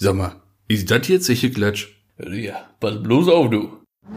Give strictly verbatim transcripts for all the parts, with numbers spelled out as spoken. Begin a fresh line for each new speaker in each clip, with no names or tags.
Sag mal, ist das jetzt sicher Klatsch?
Ja, pass bloß auf, du.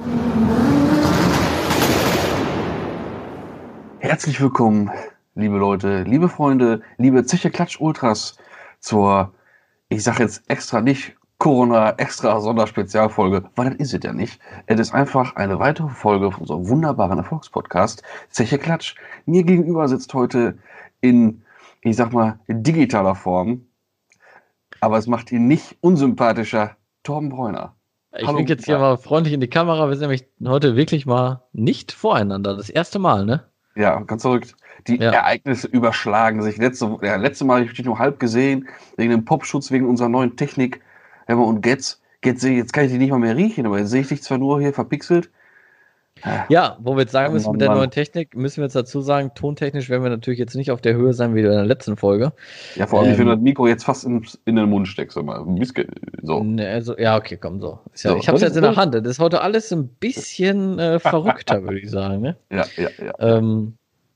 Herzlich willkommen, liebe Leute, liebe Freunde, liebe Zeche Klatsch Ultras zur, ich sag jetzt extra nicht Corona extra Sonderspezialfolge, weil das ist es ja nicht. Es ist einfach eine weitere Folge von unserem wunderbaren Erfolgspodcast Zeche Klatsch. Mir gegenüber sitzt heute in, ich sag mal, digitaler Form, aber es macht ihn nicht unsympathischer, Torben Bräuner.
Ich winke jetzt hier mal freundlich in die Kamera. Wir sind nämlich heute wirklich mal nicht voreinander. Das erste Mal, ne?
Ja, ganz verrückt. Die
Ja.
Ereignisse überschlagen sich. Letzte, ja, letzte Mal habe ich dich nur halb gesehen, wegen dem Popschutz, wegen unserer neuen Technik. Ja, und jetzt, jetzt, sehe ich- jetzt kann ich dich nicht mal mehr riechen, aber jetzt sehe ich dich zwar nur hier verpixelt.
Ja, wo wir jetzt sagen müssen,
Mann,
mit der
Mann.
neuen Technik müssen wir jetzt dazu sagen, tontechnisch werden wir natürlich jetzt nicht auf der Höhe sein wie in der letzten Folge.
Ja, vor allem,
Ähm.
ich finde das Mikro jetzt fast in, in den Mund steckst. So. Mal. Ein bisschen, so.
Ne, also, ja, okay, komm, so. Ist ja,
So,
ich habe es
das
jetzt in der
ist-
Hand. Das ist heute alles ein bisschen äh, verrückter, würde ich sagen. Ne?
Ja, ja, ja.
Ähm,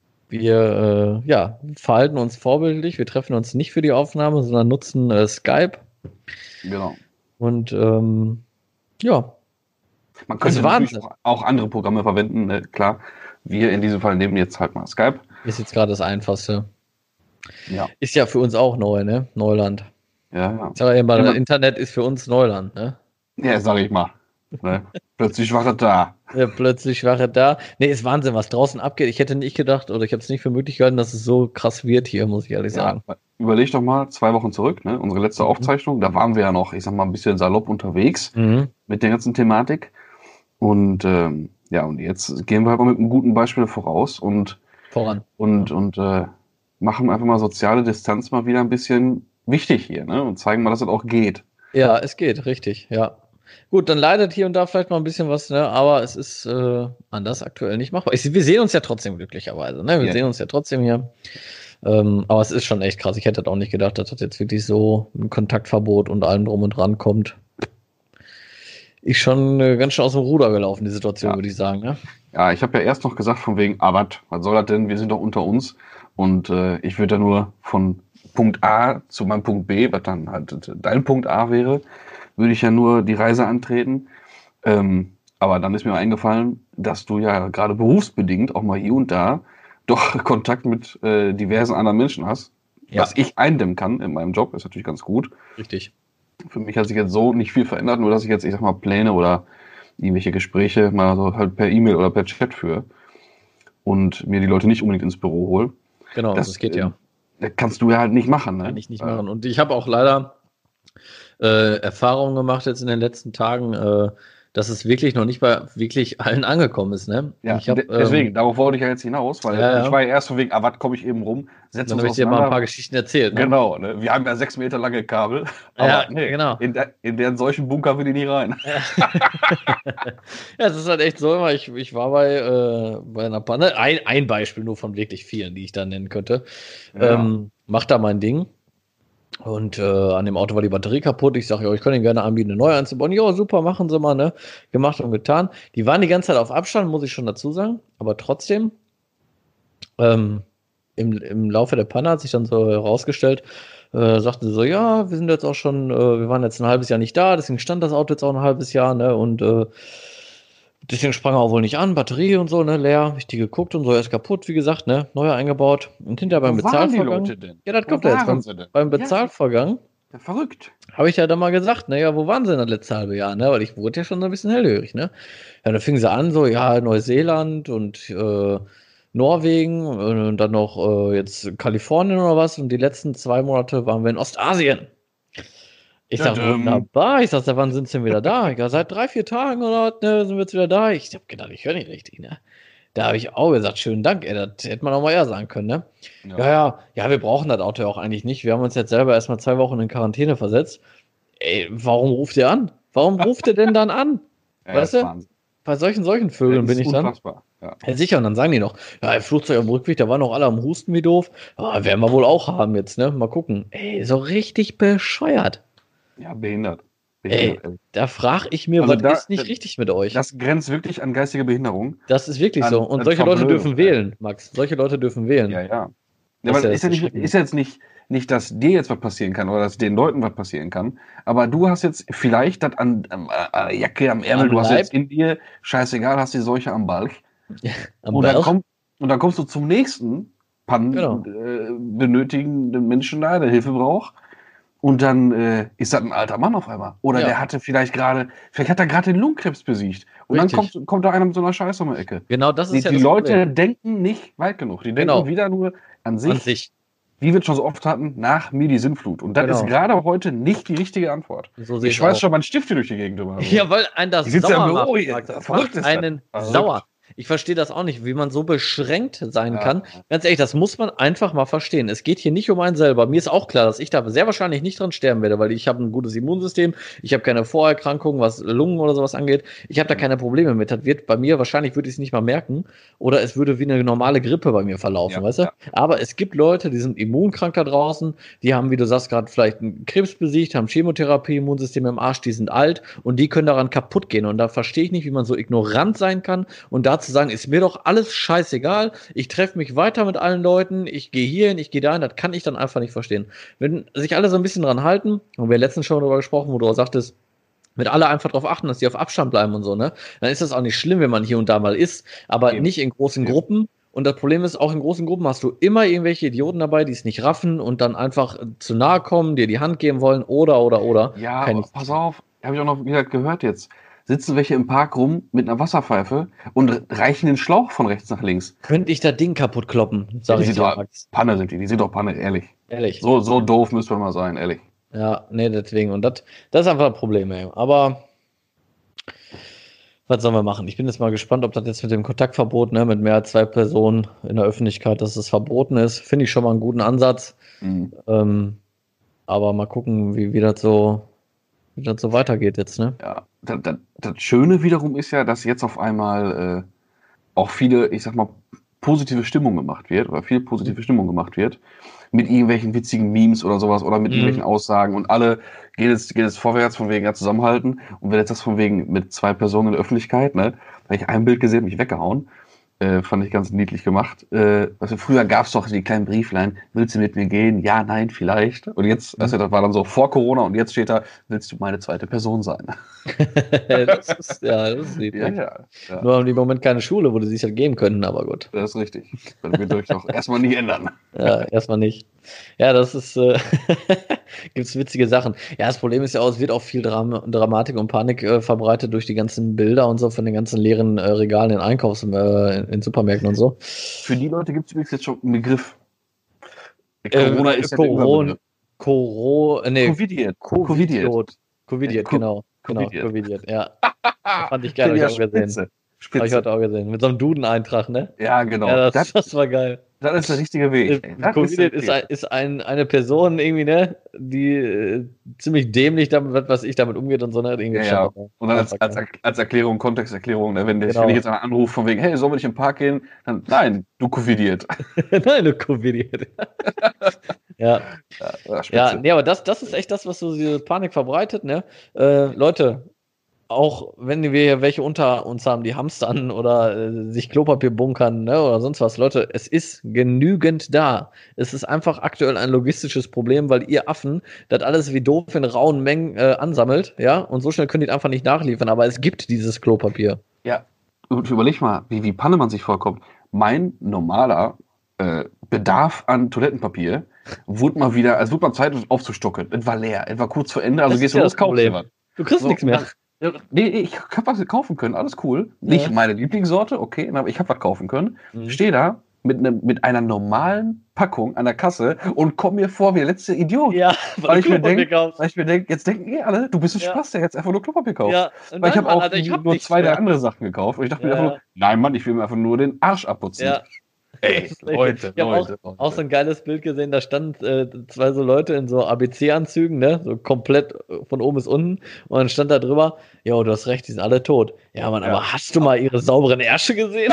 wir äh, ja, verhalten uns vorbildlich. Wir treffen uns nicht für die Aufnahme, sondern nutzen äh, Skype.
Genau.
Und ähm, ja,
Man könnte
ist
natürlich
Wahnsinn.
auch, auch andere Programme verwenden, ne? Klar. Wir in diesem Fall nehmen jetzt halt mal Skype.
ist jetzt gerade das Einfachste.
Ja,
Ist ja für uns auch neu, ne? Neuland.
ja, ja.
Ich sag ja immer,
Ja,
das
man-
Internet ist für uns Neuland, ne?
Ja, sag ich mal. Ne? Plötzlich war er da.
Ja, plötzlich war er da. Nee, ist Wahnsinn, was draußen abgeht. Ich hätte nicht gedacht, oder ich habe es nicht für möglich gehalten, dass es so krass wird hier, muss ich ehrlich sagen.
Ja, überleg doch mal, zwei Wochen zurück, ne? Unsere letzte
Mhm.
Aufzeichnung, da waren wir ja noch, ich sag mal, ein bisschen salopp unterwegs
Mhm.
mit der ganzen Thematik. Und ähm, ja, und jetzt gehen wir halt mal mit einem guten Beispiel voraus und,
Voran.
und, und äh, machen einfach mal soziale Distanz mal wieder ein bisschen wichtig hier, ne? Und zeigen mal, dass es auch geht.
Ja, es geht, richtig, ja. Gut, dann leidet hier und da vielleicht mal ein bisschen was, ne? Aber es ist äh, anders aktuell nicht machbar. Ich, wir sehen uns ja trotzdem glücklicherweise, ne? Wir
Ja.
sehen uns ja trotzdem hier. Ähm, aber es ist schon echt krass. Ich hätte auch nicht gedacht, dass das jetzt wirklich so ein Kontaktverbot und allem drum und dran kommt. Ist schon äh, ganz schön aus dem Ruder gelaufen, die Situation,
Ja.
würde ich sagen, ne?
Ja, ich habe ja erst noch gesagt von wegen, ah, wat, was soll das denn? Wir sind doch unter uns. Und äh, ich würde da nur von Punkt A zu meinem Punkt B, was dann halt dein Punkt A wäre, würde ich ja nur die Reise antreten. Ähm, aber dann ist mir eingefallen, dass du ja gerade berufsbedingt auch mal hier und da doch Kontakt mit äh, diversen anderen Menschen hast.
Ja.
Was ich eindämmen kann in meinem Job, ist natürlich ganz gut.
Richtig.
Für mich hat sich jetzt so nicht viel verändert, nur dass ich jetzt, ich sag mal, Pläne oder irgendwelche Gespräche mal so halt per E-Mail oder per Chat führe und mir die Leute nicht unbedingt ins Büro hole.
Genau, das,
Das,
geht
äh,
ja.
Das kannst du ja halt nicht machen, ne?
Kann ich nicht machen. Und ich habe auch leider äh, Erfahrungen gemacht jetzt in den letzten Tagen, äh, dass es wirklich noch nicht bei wirklich allen angekommen ist. Ne?
Ja,
ich hab,
de- deswegen,
ähm,
darauf wollte ich ja jetzt hinaus, weil
Ja, ja.
ich war ja erst von wegen, ah, was komme ich eben rum, setz
dann
uns
habe ich dir mal ein paar
auseinander.
Geschichten erzählt. Ne?
Genau, ne? Wir haben ja sechs Meter lange Kabel,
Ja,
aber nee,
genau.
in, der, in den solchen Bunker will ich nie rein.
Ja, es ist halt echt so immer, ich, ich war bei, äh, bei einer Panne, ein, ein Beispiel nur von wirklich vielen, die ich da nennen könnte.
Ja.
Ähm, mach da mein Ding. Und äh, an dem Auto war die Batterie kaputt. Ich sage, ja, ich kann Ihnen gerne anbieten, eine neue einzubauen. Ja, super, machen Sie mal, ne? Gemacht und getan. Die waren die ganze Zeit auf Abstand, muss ich schon dazu sagen. Aber trotzdem, ähm, im, im Laufe der Panne hat sich dann so herausgestellt, äh, sagten sie so, ja, wir sind jetzt auch schon, äh, wir waren jetzt ein halbes Jahr nicht da, deswegen stand das Auto jetzt auch ein halbes Jahr, ne? Und äh, deswegen sprang er auch wohl nicht an, Batterie und so, ne, leer. Hab ich die geguckt und so, er ist kaputt, wie gesagt, ne, neu eingebaut. Und hinterher beim
Wo waren die
Bezahlvorgang.
Leute denn?
Ja, das
Wo
kommt ja jetzt.
waren
Beim,
sie denn?
beim
Ja.
Bezahlvorgang
Ja, verrückt.
habe ich ja dann mal gesagt, naja, wo waren sie denn das letzte halbe Jahr, ne? Weil ich wurde ja schon so ein bisschen hellhörig, ne? Ja, dann fingen sie an, so, ja, Neuseeland und äh, Norwegen und dann noch äh, jetzt Kalifornien oder was. Und die letzten zwei Monate waren wir in Ostasien. Ich sag,
Tadam.
wunderbar. Ich sag, seit wann sind sie denn wieder da? Ich sag, seit drei, vier Tagen oder was, ne, sind wir jetzt wieder da. Ich hab gedacht, ich höre nicht richtig, ne? Da habe ich auch gesagt, schönen Dank, ey, das hätte man auch mal eher sagen können, ne? Ja, ja, ja, wir brauchen das Auto ja auch eigentlich nicht. Wir haben uns jetzt selber erstmal zwei Wochen in Quarantäne versetzt. Ey, warum ruft ihr an? Warum ruft ihr denn dann an?
Ja,
Weißt
das ist
du?
Wahnsinn.
Bei solchen, solchen Vögeln
Das
bin
ist
ich dann.
unfassbar. Ja.
Ja, sicher, und dann sagen die noch, ja, im Flugzeug am Rückweg, da waren noch alle am Husten wie doof. Ja, werden wir wohl auch haben jetzt, ne? Mal gucken. Ey, so richtig bescheuert.
ja, behindert.
Ey,
behindert ey.
da frage ich mir,
Also
was
da-
ist nicht
da-
richtig mit euch?
Das grenzt wirklich an geistige Behinderung.
Das ist wirklich
an-
so. Und
an
solche Leute
Verblödung,
dürfen
ey.
wählen, Max. Solche Leute dürfen wählen.
Ja, ja. Ja,
Das
aber
ist ja
ist, ja
das
nicht,
Erschreckende.
ist ja jetzt nicht, nicht, dass dir jetzt was passieren kann oder dass den Leuten was passieren kann, aber du hast jetzt vielleicht das an, an, an der Jacke, am Ärmel,
Am
du hast
Leib.
jetzt in dir, scheißegal, hast die Seuche am Balk.
Am
Und dann,
Bauch.
komm, und dann kommst du zum nächsten Pan
Genau.
äh, benötigenden Menschen da, der Hilfe braucht. Und dann äh, ist das ein alter Mann auf einmal. Oder
Ja.
der hatte vielleicht gerade, vielleicht hat er gerade den Lungenkrebs besiegt. Und
Richtig.
dann kommt, kommt da einer mit so einer Scheiße um die Ecke.
Genau, das
Die,
ist ja
die
das
Leute
Problem.
denken nicht weit genug. Die denken
Genau.
wieder nur an sich,
An sich.
wie wir es schon so oft hatten, nach mir die Sinnflut. Und das
Genau.
ist gerade heute nicht die richtige Antwort.
So sehe
Ich
ich
schmeiß
auch.
schon mal einen Stift hier durch die Gegend drüber.
Ja, weil ein das
Die sitzt ja
sauer
im Büro
macht,
hier.
Max. Das
Verrückt
macht
ist das.
einen
Verrückt.
sauer. Ich verstehe das auch nicht, wie man so beschränkt sein
Ja.
kann. Ganz ehrlich, das muss man einfach mal verstehen. Es geht hier nicht um einen selber. Mir ist auch klar, dass ich da sehr wahrscheinlich nicht dran sterben werde, weil ich habe ein gutes Immunsystem, ich habe keine Vorerkrankungen, was Lungen oder sowas angeht. Ich habe da keine Probleme mit. Das wird bei mir, wahrscheinlich würde ich es nicht mal merken oder es würde wie eine normale Grippe bei mir verlaufen,
Ja,
weißt du?
ja.
Aber es gibt Leute, die sind immunkrank da draußen, die haben, wie du sagst, gerade vielleicht einen Krebs besiegt, haben Chemotherapie, Immunsystem im Arsch, die sind alt und die können daran kaputt gehen. Und da verstehe ich nicht, wie man so ignorant sein kann und da zu sagen, ist mir doch alles scheißegal, ich treffe mich weiter mit allen Leuten, ich gehe hierhin, ich gehe dahin, das kann ich dann einfach nicht verstehen. Wenn sich alle so ein bisschen dran halten, und wir letztens schon darüber gesprochen, wo du auch sagtest, mit alle einfach darauf achten, dass die auf Abstand bleiben und so, ne? Dann ist das auch nicht schlimm, wenn man hier und da mal ist, aber
Eben.
nicht in großen
Eben.
Gruppen. Und das Problem ist, auch in großen Gruppen hast du immer irgendwelche Idioten dabei, die es nicht raffen und dann einfach zu nahe kommen, dir die Hand geben wollen oder, oder, oder.
Ja,
Kann
aber
ich-
pass auf, habe ich auch noch wieder gehört jetzt. Sitzen welche im Park rum mit einer Wasserpfeife und reichen den Schlauch von rechts nach links.
Könnte ich das Ding kaputt kloppen, sag
die
ich
sind
dir,
doch
Max.
Panne, sind die. Die sind doch Panne, ehrlich.
Ehrlich.
So, so doof müsste man mal sein, ehrlich.
Ja, nee, deswegen. Und das, das ist einfach ein Problem, ey. Aber was sollen wir machen? Ich bin jetzt mal gespannt, ob das jetzt mit dem Kontaktverbot, ne, mit mehr als zwei Personen in der Öffentlichkeit, dass es verboten ist. Finde ich schon mal einen guten Ansatz.
Mhm.
Ähm, aber mal gucken, wie, wie das so, wie das so weitergeht jetzt, ne?
Ja, das, das, das Schöne wiederum ist ja, dass jetzt auf einmal äh, auch viele, ich sag mal, positive Stimmung gemacht wird oder viel positive Stimmung gemacht wird mit irgendwelchen witzigen Memes oder sowas oder mit
Mhm.
irgendwelchen Aussagen und alle geht es, geht es vorwärts von wegen ja zusammenhalten und wenn jetzt das von wegen mit zwei Personen in der Öffentlichkeit, ne, da habe ich ein Bild gesehen, mich weggehauen, äh, fand ich ganz niedlich gemacht. Äh, also früher gab es doch die kleinen Brieflein, willst du mit mir gehen? Ja, nein, vielleicht. Und jetzt, also das war dann so vor Corona und jetzt steht da, willst du meine zweite Person sein?
das ist, ja, das ist lieb.
Ja,
ne?
ja, ja.
Nur haben die im Moment keine Schule, wo die sich halt geben könnten, aber gut.
Das ist richtig. Das wird euch doch erstmal nicht ändern.
Ja, erstmal nicht. Ja, das ist, äh, gibt's witzige Sachen. Ja, das Problem ist ja auch, es wird auch viel Dram Dramatik und Panik äh, verbreitet durch die ganzen Bilder und so von den ganzen leeren äh, Regalen in Einkaufs-, äh, in, in Supermärkten und so.
Für die Leute gibt es übrigens jetzt schon einen Begriff.
Corona
ja
ist
der
Corona,
Überbegriff.
Corona, nee,
Covidiert.
Covidiot. Covidiert,
Co-
genau. Genau,
Covidiert.
Covidiert, ja. Fand ich geil, hab
Ja,
ich auch gesehen.
Spitze.
Habe ich
Spitze.
heute auch gesehen. Mit so einem Duden-Eintrag, ne?
Ja, genau.
Ja, das,
das,
das war geil.
das ist der richtige Weg. ey. Das
Covidiot
der
ist, ein,
Weg.
ist ein, eine Person irgendwie, ne, die äh, ziemlich dämlich damit, was weiß ich, damit umgeht und so, ne? Irgendwie
Ja, ja.
schade.
Und dann als,
Einfach
als,
geil.
als Erklärung, Kontexterklärung, ne, wenn, der,
Genau.
wenn ich jetzt einer anruft von wegen, hey, sollen wir nicht im Park gehen? Dann, nein, du Covidiert.
Nein, du Covidiot. ja.
Ja, ja, Spitze.
Ja, nee, aber das, das ist echt das, was so diese Panik verbreitet, ne? Äh, Leute, auch wenn wir hier welche unter uns haben, die hamstern oder äh, sich Klopapier bunkern, ne, oder sonst was, Leute, es ist genügend da. Es ist einfach aktuell ein logistisches Problem, weil ihr Affen das alles wie doof in rauen Mengen äh, ansammelt, ja, und so schnell könnt ihr einfach nicht nachliefern, aber es gibt dieses Klopapier.
Ja, und überleg mal, wie, wie Panne man sich vorkommt. Mein normaler äh, Bedarf an Toilettenpapier wurde mal wieder, es wurde mal Zeit aufzustocken. Es war leer, es war kurz vor Ende, also
Das
gehst
ist
du
ja
los,
das
kaufst dir
Problem.
was.
Du kriegst
So,
nichts mehr.
und dann- Ja, nee, ich hab was kaufen können, alles cool. Nicht
Ja.
meine Lieblingssorte, okay, aber ich hab was kaufen können.
Mhm.
Stehe da mit, ne, mit einer normalen Packung an der Kasse und komm mir vor wie der letzte Idiot.
Ja,
Weil ich mir
Klopapier
denk-
kaufst.
Weil ich mir denke, jetzt denken eh alle, du bist ein
Ja.
Spaß, der jetzt einfach nur Klopapier kauft.
Ja, und
Weil ich
nein,
habe
Mann,
auch
Alter, ich hab
nur
nichts
zwei der
mehr.
andere Sachen gekauft. Und ich dachte mir
Ja.
einfach nur, nein, Mann, ich will mir einfach nur den Arsch abputzen.
Ja.
Ey,
Das ist
Leute,
ich habe auch,
Leute, Leute.
auch so ein geiles Bild gesehen, da standen äh, zwei so Leute in so A B C-Anzügen, ne, so komplett äh, von oben bis unten und dann stand da drüber, jo, du hast recht, die sind alle tot. Ja, Mann,
Ja.
aber hast du mal ihre sauberen Ärsche gesehen?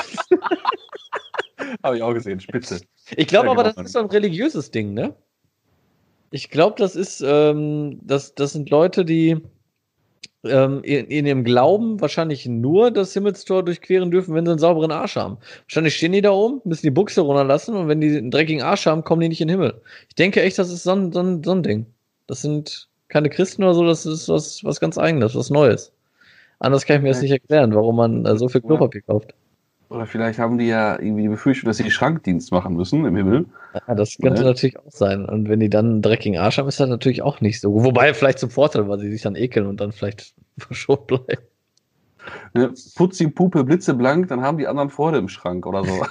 Habe ich auch gesehen, spitze.
Ich glaube
Ja,
aber,
genau,
das ist so ein religiöses Ding, ne? Ich glaube, das ist, ähm, das, das sind Leute, die ähm, in, in ihrem Glauben wahrscheinlich nur das Himmelstor durchqueren dürfen, wenn sie einen sauberen Arsch haben. Wahrscheinlich stehen die da oben, müssen die Buchse runterlassen und wenn die einen dreckigen Arsch haben, kommen die nicht in den Himmel. Ich denke echt, das ist so ein, so ein, so ein Ding. Das sind keine Christen oder so, das ist was, was ganz Eigenes, was Neues. Anders kann ich mir das nicht erklären, warum man äh, so viel Klopapier kauft.
Oder vielleicht haben die ja irgendwie die Befürchtung, dass sie Schrankdienst machen müssen im Himmel.
Ja, das könnte ja natürlich auch sein. Und wenn die dann einen dreckigen Arsch haben, ist das natürlich auch nicht so. Wobei vielleicht zum Vorteil, weil sie sich dann ekeln und dann vielleicht verschont bleiben.
Ne? Putzi, Pupe, blitzeblank, dann haben die anderen Freude im Schrank oder so.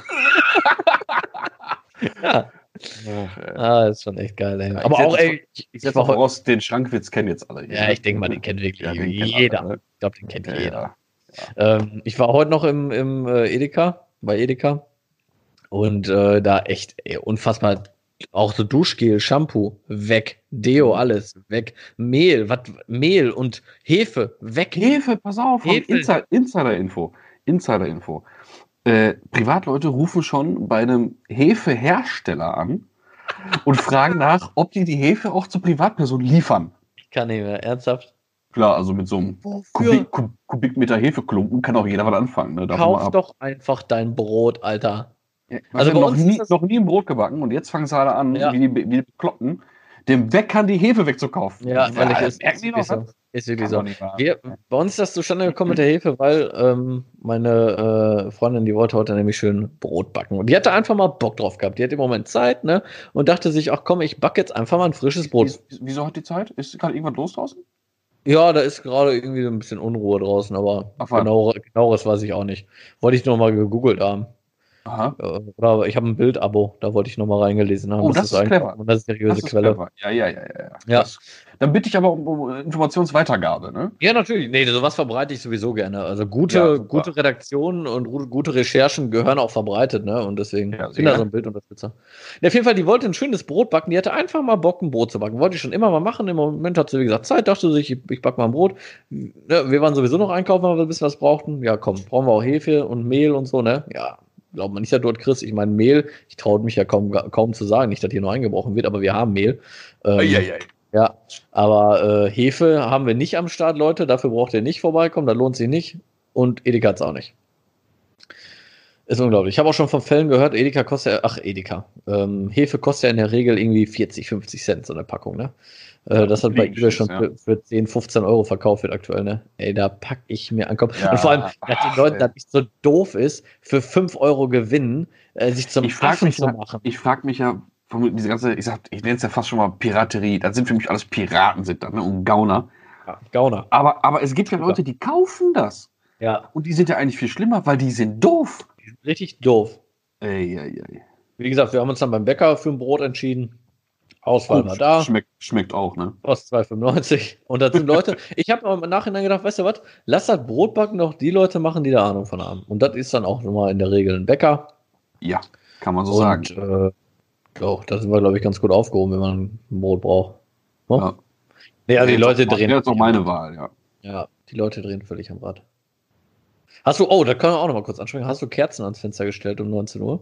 Ja.
Ach,
ah, ist schon echt geil, ey.
Ja,
Aber auch, ey,
ich, ich setze auch voraus, den Schrankwitz kennen jetzt alle. Hier.
Ja, ich denke mal, den kennt wirklich
ja, den
jeder.
Kennt alle, ne?
Ich glaube, den kennt
ja,
jeder.
Ja.
Ähm, ich war heute noch im, im äh, Edeka, bei Edeka. Und äh, da echt ey, unfassbar. Auch so Duschgel, Shampoo, weg. Deo, alles, weg. Mehl, was, Mehl und Hefe, weg.
Hefe, pass auf,
Hefe.
Insider- Insider-Info. Insider-Info. Äh, Privatleute rufen schon bei einem Hefehersteller an und fragen nach, ob die die Hefe auch zur Privatperson liefern.
Ich kann nicht mehr, ernsthaft.
Klar, also mit so einem Kubik, Kub, Kubikmeter Hefeklumpen kann auch jeder was anfangen. Ne?
Kauf doch einfach dein Brot, Alter.
Ja, also noch nie, noch nie ein Brot gebacken und jetzt fangen sie alle an, ja. wie die, wie die Bekloppten, dem weg kann die Hefe wegzukaufen.
Ja, ehrlich, ist, ist, wirklich so. ist wirklich so. Wir, bei uns ist das zustande gekommen mit der Hefe, weil ähm, meine äh, Freundin, die wollte heute nämlich schön Brot backen. Und die hatte einfach mal Bock drauf gehabt. Die hat im Moment Zeit, ne? Und dachte sich, ach komm, ich backe jetzt einfach mal ein frisches Brot.
Wieso hat die Zeit? Ist gerade irgendwas los draußen?
Ja, da ist gerade irgendwie so ein bisschen Unruhe draußen, aber genau, genaueres weiß ich auch nicht. Wollte ich nur mal gegoogelt haben.
Aha.
Oder ich habe ein Bild-Abo, da wollte ich nochmal reingelesen haben.
Oh, das, das ist clever.
Und das ist eine seriöse Quelle.
Clever. Ja, ja, ja, ja.
ja.
Das, dann bitte ich aber um, um Informationsweitergabe, ne?
Ja, natürlich. Nee, sowas verbreite ich sowieso gerne. Also gute, ja, gute Redaktionen und gute Recherchen gehören auch verbreitet, ne? Und deswegen ja, bin da so ein Bildunterstützer. Ja, auf jeden Fall, die wollte ein schönes Brot backen. Die hatte einfach mal Bock, ein Brot zu backen. Wollte ich schon immer mal machen. Im Moment hat sie, wie gesagt, Zeit. Dachte sich, ich, ich backe mal ein Brot. Ja, wir waren sowieso noch einkaufen, weil wir ein bisschen was brauchten. Ja, komm, brauchen wir auch Hefe und Mehl und so, ne? Ja. Glaubt man nicht, dass dort Chris, ich meine Mehl, ich traue mich ja kaum, kaum zu sagen, nicht, dass hier noch eingebrochen wird, aber wir haben Mehl. Ähm, ei, ei, ei. Ja, aber äh, Hefe haben wir nicht am Start, Leute, dafür braucht ihr nicht vorbeikommen, das lohnt sich nicht und Edeka hat's auch nicht. Ist unglaublich. Ich habe auch schon von Fällen gehört, Edeka kostet ja, ach Edeka, ähm, Hefe kostet ja in der Regel irgendwie vierzig, fünfzig Cent so eine Packung, ne? Äh, das hat bei eBay schon ja. für, für zehn, fünfzehn Euro verkauft wird aktuell, ne? Ey, da pack ich mir an Kopf. Ja, und vor allem, dass die Leute, dass es so doof ist, für fünf Euro gewinnen, äh, sich zum Affen zu machen.
Ich frage mich ja, diese ganze, ich sag, ich nenne es ja fast schon mal Piraterie, das sind für mich alles Piraten sind da, ne? Und Gauner.
Ja, Gauner.
Aber, aber es gibt ja Leute, die kaufen das.
Ja.
Und die sind ja eigentlich viel schlimmer, weil die sind doof.
Die sind richtig doof.
Ey, ey, ey.
Wie gesagt, wir haben uns dann beim Bäcker für ein Brot entschieden. Auswahl oh, war da.
Schmeckt, schmeckt auch, ne?
Kostet zwei fünfundneunzig. Und da sind Leute, ich habe im Nachhinein gedacht, weißt du was, lass das Brotbacken doch die Leute machen, die da Ahnung von haben. Und das ist dann auch nochmal in der Regel ein Bäcker.
Ja, kann man so
und,
sagen.
Äh, oh, da sind wir, glaube ich, ganz gut aufgehoben, wenn man ein Brot braucht. Oh? Ja. Nee, also die
ja,
Leute
das
drehen.
Das ist auch meine Wahl, ja.
Ja, die Leute drehen völlig am Rad. Hast du, oh, da können wir auch nochmal kurz ansprechen. Hast du Kerzen ans Fenster gestellt um neunzehn Uhr?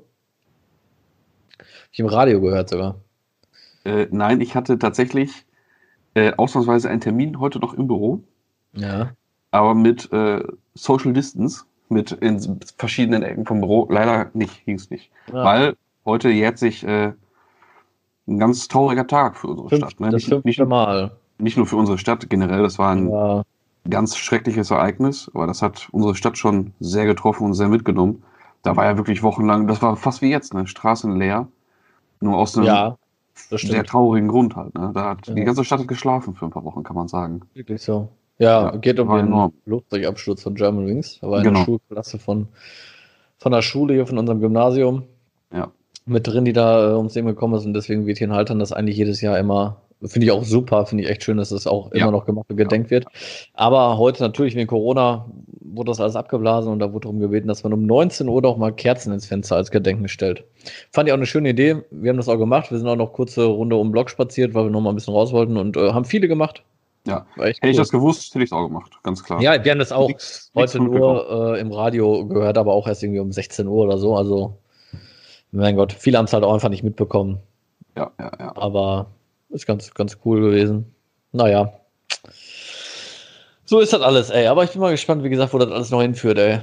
Hab ich im Radio gehört sogar.
Äh, nein, ich hatte tatsächlich äh, ausnahmsweise einen Termin heute noch im Büro.
Ja.
Aber mit äh, Social Distance, mit in verschiedenen Ecken vom Büro. Leider nicht, ging es nicht. Ja. Weil heute jährt sich äh, ein ganz trauriger Tag für unsere
Fünf,
Stadt. Ne?
Das
nicht,
fünfte
nicht,
Mal.
Nicht nur für unsere Stadt generell, das war ein
ja.
ganz schreckliches Ereignis, aber das hat unsere Stadt schon sehr getroffen und sehr mitgenommen. Da war ja wirklich wochenlang, das war fast wie jetzt, ne? Straßen leer. Nur aus einem
ja,
sehr traurigen Grund halt. Ne? Da hat
ja.
die ganze Stadt hat geschlafen für ein paar Wochen, kann man sagen.
Wirklich so. Ja,
ja
geht um den
enorm.
Flugzeugabsturz von Germanwings. Da war eine
genau.
Schulklasse von, von der Schule hier, von unserem Gymnasium.
Ja.
Mit drin, die da äh, ums Leben gekommen ist. Und deswegen wird hier in Haltern das eigentlich jedes Jahr immer, finde ich auch super, finde ich echt schön, dass das auch
ja.
immer noch gemacht und gedenkt wird. Aber heute natürlich wegen Corona wurde das alles abgeblasen und da wurde darum gebeten, dass man um neunzehn Uhr doch mal Kerzen ins Fenster als Gedenken stellt. Fand ich auch eine schöne Idee. Wir haben das auch gemacht. Wir sind auch noch kurze Runde um den Block spaziert, weil wir noch mal ein bisschen raus wollten und äh, haben viele gemacht.
Ja, hätte cool. ich das gewusst, hätte ich es auch gemacht, ganz klar.
Ja, wir haben das auch nichts, heute nichts nur äh, im Radio gehört, aber auch erst irgendwie um sechzehn Uhr oder so. Also, mein Gott, viele haben es halt auch einfach nicht mitbekommen.
Ja, ja, ja.
Aber ist ganz, ganz cool gewesen. Naja. So ist das alles, ey. Aber ich bin mal gespannt, wie gesagt, wo das alles noch hinführt, ey.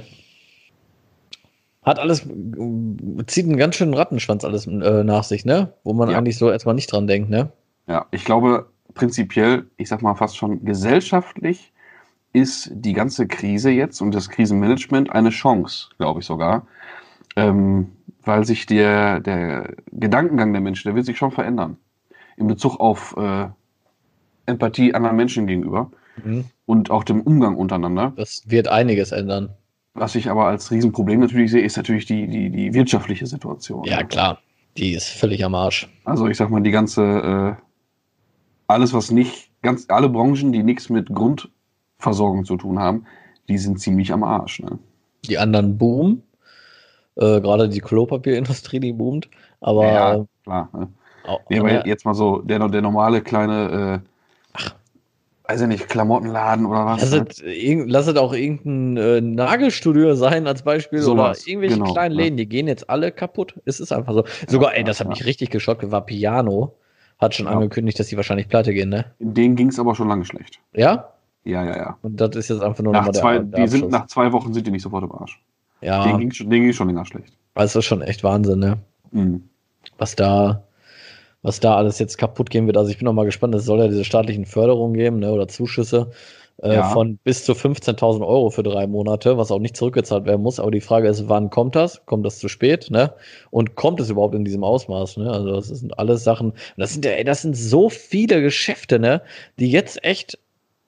Hat alles, zieht einen ganz schönen Rattenschwanz alles äh, nach sich, ne? Wo man
Ja.
eigentlich so erstmal nicht dran denkt, ne?
Ja, ich glaube, prinzipiell, ich sag mal fast schon gesellschaftlich, ist die ganze Krise jetzt und das Krisenmanagement eine Chance, glaube ich sogar. Ähm, weil sich der, der Gedankengang der Menschen, der wird sich schon verändern. In Bezug auf äh, Empathie anderen Menschen gegenüber
Mhm.
und auch dem Umgang untereinander.
Das wird einiges ändern.
Was ich aber als Riesenproblem natürlich sehe, ist natürlich die, die, die wirtschaftliche Situation.
Ja, klar. Die ist völlig am Arsch.
Also ich sag mal, die ganze, äh, alles was nicht, ganz, alle Branchen, die nichts mit Grundversorgung zu tun haben, die sind ziemlich am Arsch. Ne?
Die anderen boomen. Äh, gerade die Klopapierindustrie, die boomt. Aber
Ja, klar. Ne?
auch,
Nee, aber
ja,
jetzt mal so, der, der normale kleine, äh, weiß ich nicht, Klamottenladen oder was.
lass,
Ne?
es, irgend- lass es auch irgendein äh, Nagelstudio sein als Beispiel
Sowas,
oder irgendwelche
genau,
kleinen
ja.
Läden, die gehen jetzt alle kaputt. Es ist einfach so. Sogar, ey,
ja,
das hat
ja.
mich richtig geschockt, war Piano. Hat schon
Ja.
angekündigt, dass die wahrscheinlich pleite gehen, ne?
Denen ging es aber schon lange schlecht.
Ja?
Ja, ja, ja.
Und das ist jetzt einfach nur
Nach
nochmal
zwei,
der, der
die sind,
Abschluss.
nach zwei Wochen sind die nicht sofort im Arsch.
Ja,
Denen ging schon, denen ging's schon länger schlecht.
das ist schon echt Wahnsinn, ne?
Mhm.
Was da, was da alles jetzt kaputt gehen wird. Also ich bin noch mal gespannt, es soll ja diese staatlichen Förderungen geben, ne, oder Zuschüsse äh,
Ja.
von bis zu fünfzehntausend Euro für drei Monate, was auch nicht zurückgezahlt werden muss. Aber die Frage ist, wann kommt das? Kommt das zu spät, ne? Und kommt es überhaupt in diesem Ausmaß, ne? Also das sind alles Sachen, und das sind ja, ey, das sind so viele Geschäfte, ne, die jetzt echt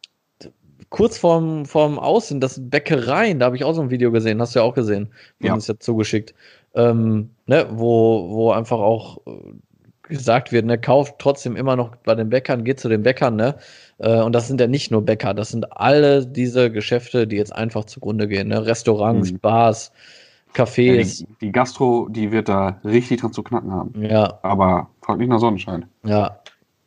kurz vorm, vorm Aus sind. Das sind Bäckereien, da habe ich auch so ein Video gesehen, hast du ja auch gesehen, wir
Ja.
haben uns ja zugeschickt, ähm, ne, wo, wo einfach auch äh, gesagt wird, ne, kauft trotzdem immer noch bei den Bäckern, geht zu den Bäckern, ne, äh, und das sind ja nicht nur Bäcker, das sind alle diese Geschäfte, die jetzt einfach zugrunde gehen, ne, Restaurants,
Mhm.
Bars,
Ja,
Cafés,
die, die Gastro, die wird da richtig dran zu knacken haben.
ja,
Aber frag nicht nach Sonnenschein.
ja.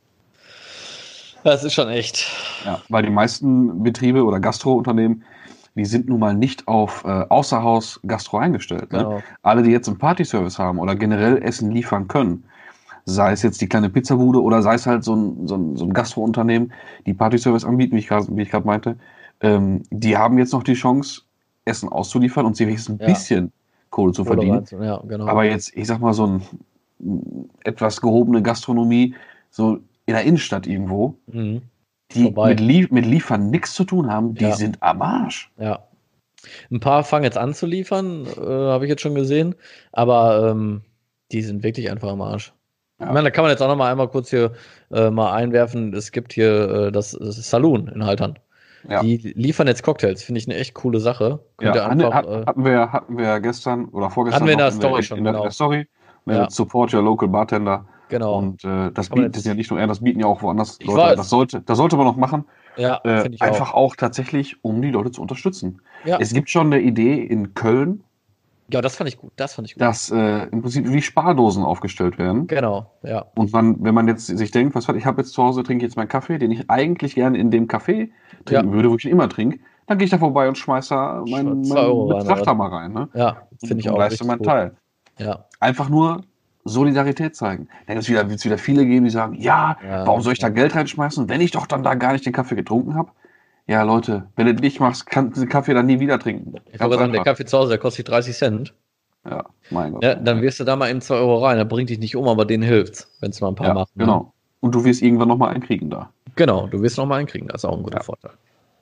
Das ist schon echt.
Ja, weil die meisten Betriebe oder Gastrounternehmen, die sind nun mal nicht auf äh, Außerhaus-Gastro eingestellt. Ne?
Genau.
Alle, die jetzt einen Partyservice haben oder generell Essen liefern können, sei es jetzt die kleine Pizzabude oder sei es halt so ein, so ein, so ein Gastrounternehmen, die Partyservice anbieten, wie ich gerade wie ich gerade meinte, ähm, die haben jetzt noch die Chance, Essen auszuliefern und sich wenigstens ein
Ja.
bisschen Kohle zu
Oder
verdienen.
meinst du? Ja, genau.
Aber jetzt, ich sag mal, so ein, ein etwas gehobene Gastronomie, so in der Innenstadt irgendwo,
mhm.
die
Vorbei.
mit, Lief mit Liefern nichts zu tun haben, die
Ja.
sind am Arsch.
Ja. Ein paar fangen jetzt an zu liefern, äh, habe ich jetzt schon gesehen, aber ähm, die sind wirklich einfach am Arsch.
Ja.
Ich meine, da kann man jetzt auch noch mal einmal kurz hier äh, mal einwerfen, es gibt hier äh, das, das Saloon in Haltern.
Ja.
Die liefern jetzt Cocktails, finde ich eine echt coole Sache. Könnt ihr
Ja, hatten,
einfach,
hat,
äh,
hatten, wir, hatten wir gestern oder vorgestern
Hatten wir in
noch
der Story schon,
in der,
genau.
in der Story. Ne,
Ja.
Support your local bartender.
genau.
Und äh, das
Kann man
bietet
jetzt-
ja nicht nur er, das bieten ja auch woanders
Ich
Leute.
weiß.
Das sollte, das sollte man noch machen.
ja,
Äh,
finde ich
einfach
auch.
auch. tatsächlich, um die Leute zu unterstützen.
Ja.
Es gibt schon eine Idee in Köln,
ja, das fand ich gut. Das fand ich gut.
dass äh, im Prinzip wie Spardosen aufgestellt werden.
Genau, ja.
Und man, wenn man jetzt sich denkt, was ich habe jetzt zu Hause, trinke jetzt meinen Kaffee, den ich eigentlich gerne in dem Café trinken
Ja.
würde, wo ich ihn immer trinke, dann gehe ich da vorbei und schmeiße da meinen,
Zwei Euro
meinen
rein,
Betrachter
oder?
mal rein. Ne?
Ja, finde ich
und
auch.
leiste
richtig
meinen
gut.
Teil.
Ja.
Einfach nur Solidarität zeigen. Dann wird es wieder, wird's wieder viele geben, die sagen, ja,
Ja,
warum soll ich da
ja.
Geld reinschmeißen, wenn ich doch dann da gar nicht den Kaffee getrunken habe? Ja, Leute, wenn du nicht machst, kannst du den Kaffee dann nie wieder trinken.
Ich
Ganz
wollte sagen, der
einfach.
Kaffee zu Hause, der kostet dreißig Cent.
Ja, mein Gott.
Ja, dann wirst du da mal eben zwei Euro rein. Der bringt dich nicht um, aber denen hilft's, wenn es mal ein paar
ja,
macht. Ne?
genau. Und du wirst irgendwann nochmal einkriegen da.
Genau, du wirst noch mal einkriegen. Das ist auch ein guter
Ja.
Vorteil.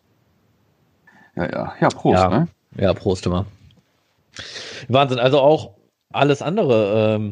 Ja, ja. Ja, Prost,
Ja.
ne?
Ja, Prost immer. Wahnsinn. Also auch alles andere. Ähm,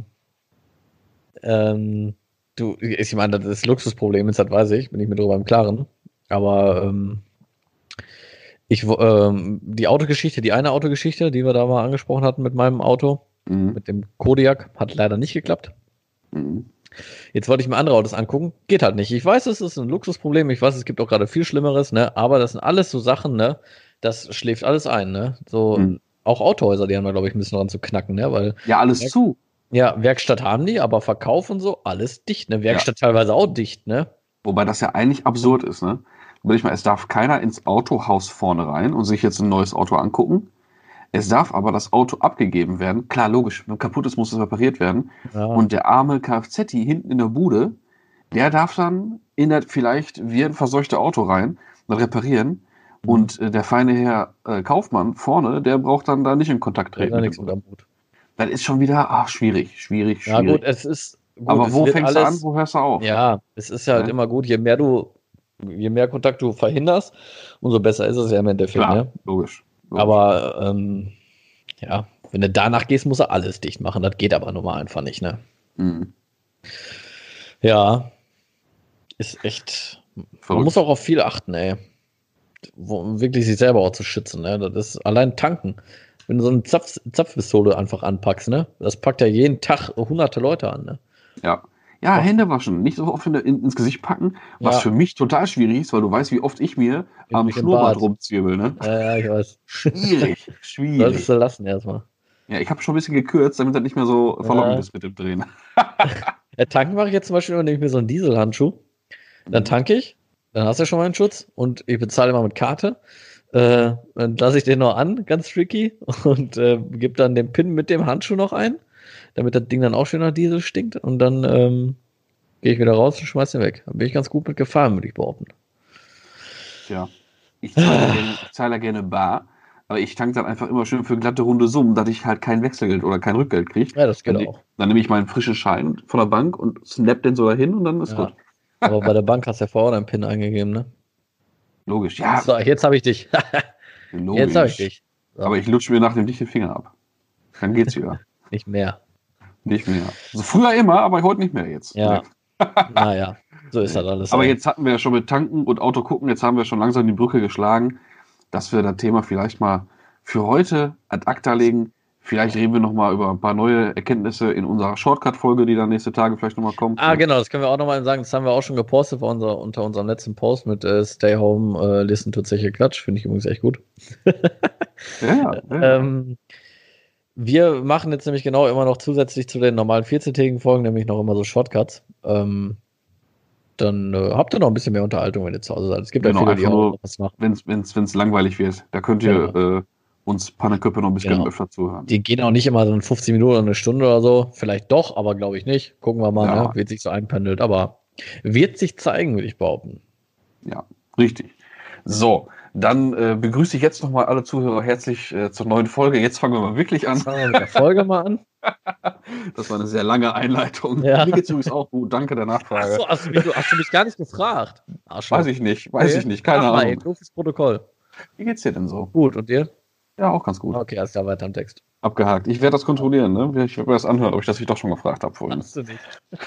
ähm, du, ich meine, das ist Luxusproblem ist, das weiß ich, bin ich mir darüber im Klaren. Aber ähm, ich, wo- ähm, die Autogeschichte, die eine Autogeschichte, die wir da mal angesprochen hatten mit meinem Auto,
Mhm.
mit dem Kodiaq, hat leider nicht geklappt.
Mhm.
Jetzt wollte ich mir andere Autos angucken, geht halt nicht. Ich weiß, es ist ein Luxusproblem, ich weiß, es gibt auch gerade viel Schlimmeres, ne? Aber das sind alles so Sachen, ne? Das schläft alles ein, ne? So
Mhm.
auch Autohäuser, die haben da, glaube ich, ein bisschen dran zu knacken, ne? Weil
Ja, alles
Ja.
zu.
ja, Werkstatt haben die, aber Verkauf und so, alles dicht, ne? Werkstatt teilweise auch dicht, ne?
Wobei das ja eigentlich absurd ist, ne? Überleg mal, es darf keiner ins Autohaus vorne rein und sich jetzt ein neues Auto angucken. Es darf aber das Auto abgegeben werden. Klar, logisch, wenn kaputt ist, muss es repariert werden.
Ja,
Und der arme Kfz hinten in der Bude, der darf dann in das vielleicht wie ein verseuchte Auto rein, dann reparieren. Und äh, der feine Herr äh, Kaufmann vorne, der braucht dann da nicht in Kontakt
Der hat
treten.
da
mit
nichts
dem
mit am Hut.
Das ist schon wieder ach, schwierig, schwierig,
Ja
schwierig.
gut, es ist gut,
Aber
es
wo
wird
fängst
alles,
du an, wo hörst du auf?
Ja, es ist ja halt
Ja.
immer gut, je mehr du, je mehr Kontakt du verhinderst, umso besser ist es ja im Endeffekt,
Klar,
ne?
logisch. logisch.
Aber ähm, ja, wenn du danach gehst, musst du alles dicht machen. Das geht aber nun mal einfach nicht, ne?
Mhm.
Ja, ist echt. Man
Verrückt.
muss auch auf viel achten, ey. Wo, um wirklich sich selber auch zu schützen, ne? Das ist allein tanken. Wenn du so eine Zapf, Zapfpistole einfach anpackst, ne? Das packt ja jeden Tag hunderte Leute an, ne?
Ja. Ja,
Ach.
Hände waschen, nicht so oft in, in, ins Gesicht packen, was
Ja.
für mich total schwierig ist, weil du weißt, wie oft ich mir
Im-
am
im
Schnurrbart
Bad.
rumzwirbel, ne?
Ja, ja, ich weiß.
Schwierig, schwierig.
Solltest du lassen erstmal.
Ja, ich habe schon ein bisschen gekürzt, damit das nicht mehr so verlockend
Ja.
ist mit dem Drehen.
Ja, tanken mache ich jetzt zum Beispiel immer, nehme ich mir so einen Dieselhandschuh. Dann tanke ich, dann hast du schon mal einen Schutz und ich bezahle immer mit Karte. Äh, dann lasse ich den noch an, ganz tricky, und äh, gebe dann den PIN mit dem Handschuh noch ein, damit das Ding dann auch schön nach Diesel stinkt. Und dann ähm, gehe ich wieder raus und schmeiß den weg. Dann bin ich ganz gut mit gefahren, würde ich behaupten.
Ja. Ich zahle ja gerne, ich zahle ja gerne bar, aber ich tanke dann einfach immer schön für glatte runde Summen, dass ich halt kein Wechselgeld oder kein Rückgeld kriege.
Ja, das geht
Dann,
auch.
dann nehme ich meinen frischen Schein von der Bank und snap den so dahin und dann ist
Ja.
gut.
Aber bei der Bank hast du ja vorher deinen PIN eingegeben, ne?
Logisch. Ja,
So, jetzt habe ich dich.
logisch.
Jetzt habe ich dich. So,
Aber ich lutsche mir nach dem Licht den Finger ab. Dann geht's wieder.
nicht mehr.
Nicht mehr. Also früher immer, aber heute nicht mehr jetzt.
Ja. Naja, so ist das alles.
Aber
ey.
jetzt hatten wir ja schon mit Tanken und Auto gucken, jetzt haben wir schon langsam die Brücke geschlagen, dass wir das Thema vielleicht mal für heute ad acta legen. Vielleicht reden wir nochmal über ein paar neue Erkenntnisse in unserer Shortcut-Folge, die dann nächste Tage vielleicht nochmal kommt.
Ah, genau, das können wir auch nochmal sagen. Das haben wir auch schon gepostet bei unser, unter unserem letzten Post mit äh, Stay Home, äh, Listen to Zeche Klatsch. Finde ich übrigens echt gut.
Ja, ja, ja.
Ähm, wir machen jetzt nämlich genau immer noch zusätzlich zu den normalen vierzehntägigen Folgen, nämlich noch immer so Shortcuts. Ähm, dann äh, habt ihr noch ein bisschen mehr Unterhaltung, wenn ihr zu Hause seid. Es gibt
Genau,
ja viele, die
einfach
auch
nur-
noch was machen.
Wenn es langweilig wird, da könnt ihr äh, uns Panneköppe noch ein bisschen
Genau.
öfter zuhören.
Die gehen auch nicht immer so in fünfzehn Minuten oder eine Stunde oder so. Vielleicht doch, aber glaube ich nicht. Gucken wir mal,
Ja.
ne? Wird sich so einpendelt. Aber wird sich zeigen, würde ich behaupten.
Ja, richtig. So, dann äh, begrüße ich jetzt nochmal alle Zuhörer herzlich äh, zur neuen Folge. Jetzt fangen wir mal wirklich an.
Fangen wir mit der Folge mal an.
Das war eine sehr lange Einleitung.
Ja.
Mir geht's übrigens auch gut. Danke der Nachfrage.
Achso, hast, du mich- hast du mich gar nicht gefragt? Arschloch.
Weiß ich nicht, weiß
Okay.
ich nicht, keine
Mach mal, ey,
Ahnung.
doofes Protokoll.
Wie geht's dir denn so?
Gut, und dir?
Ja, auch ganz gut.
Okay, alles klar, weiter am Text.
Abgehakt. Ich werde das kontrollieren, ne? Ich werde mir das anhören, ob ich das nicht doch schon gefragt habe vorhin.
Hast du nicht.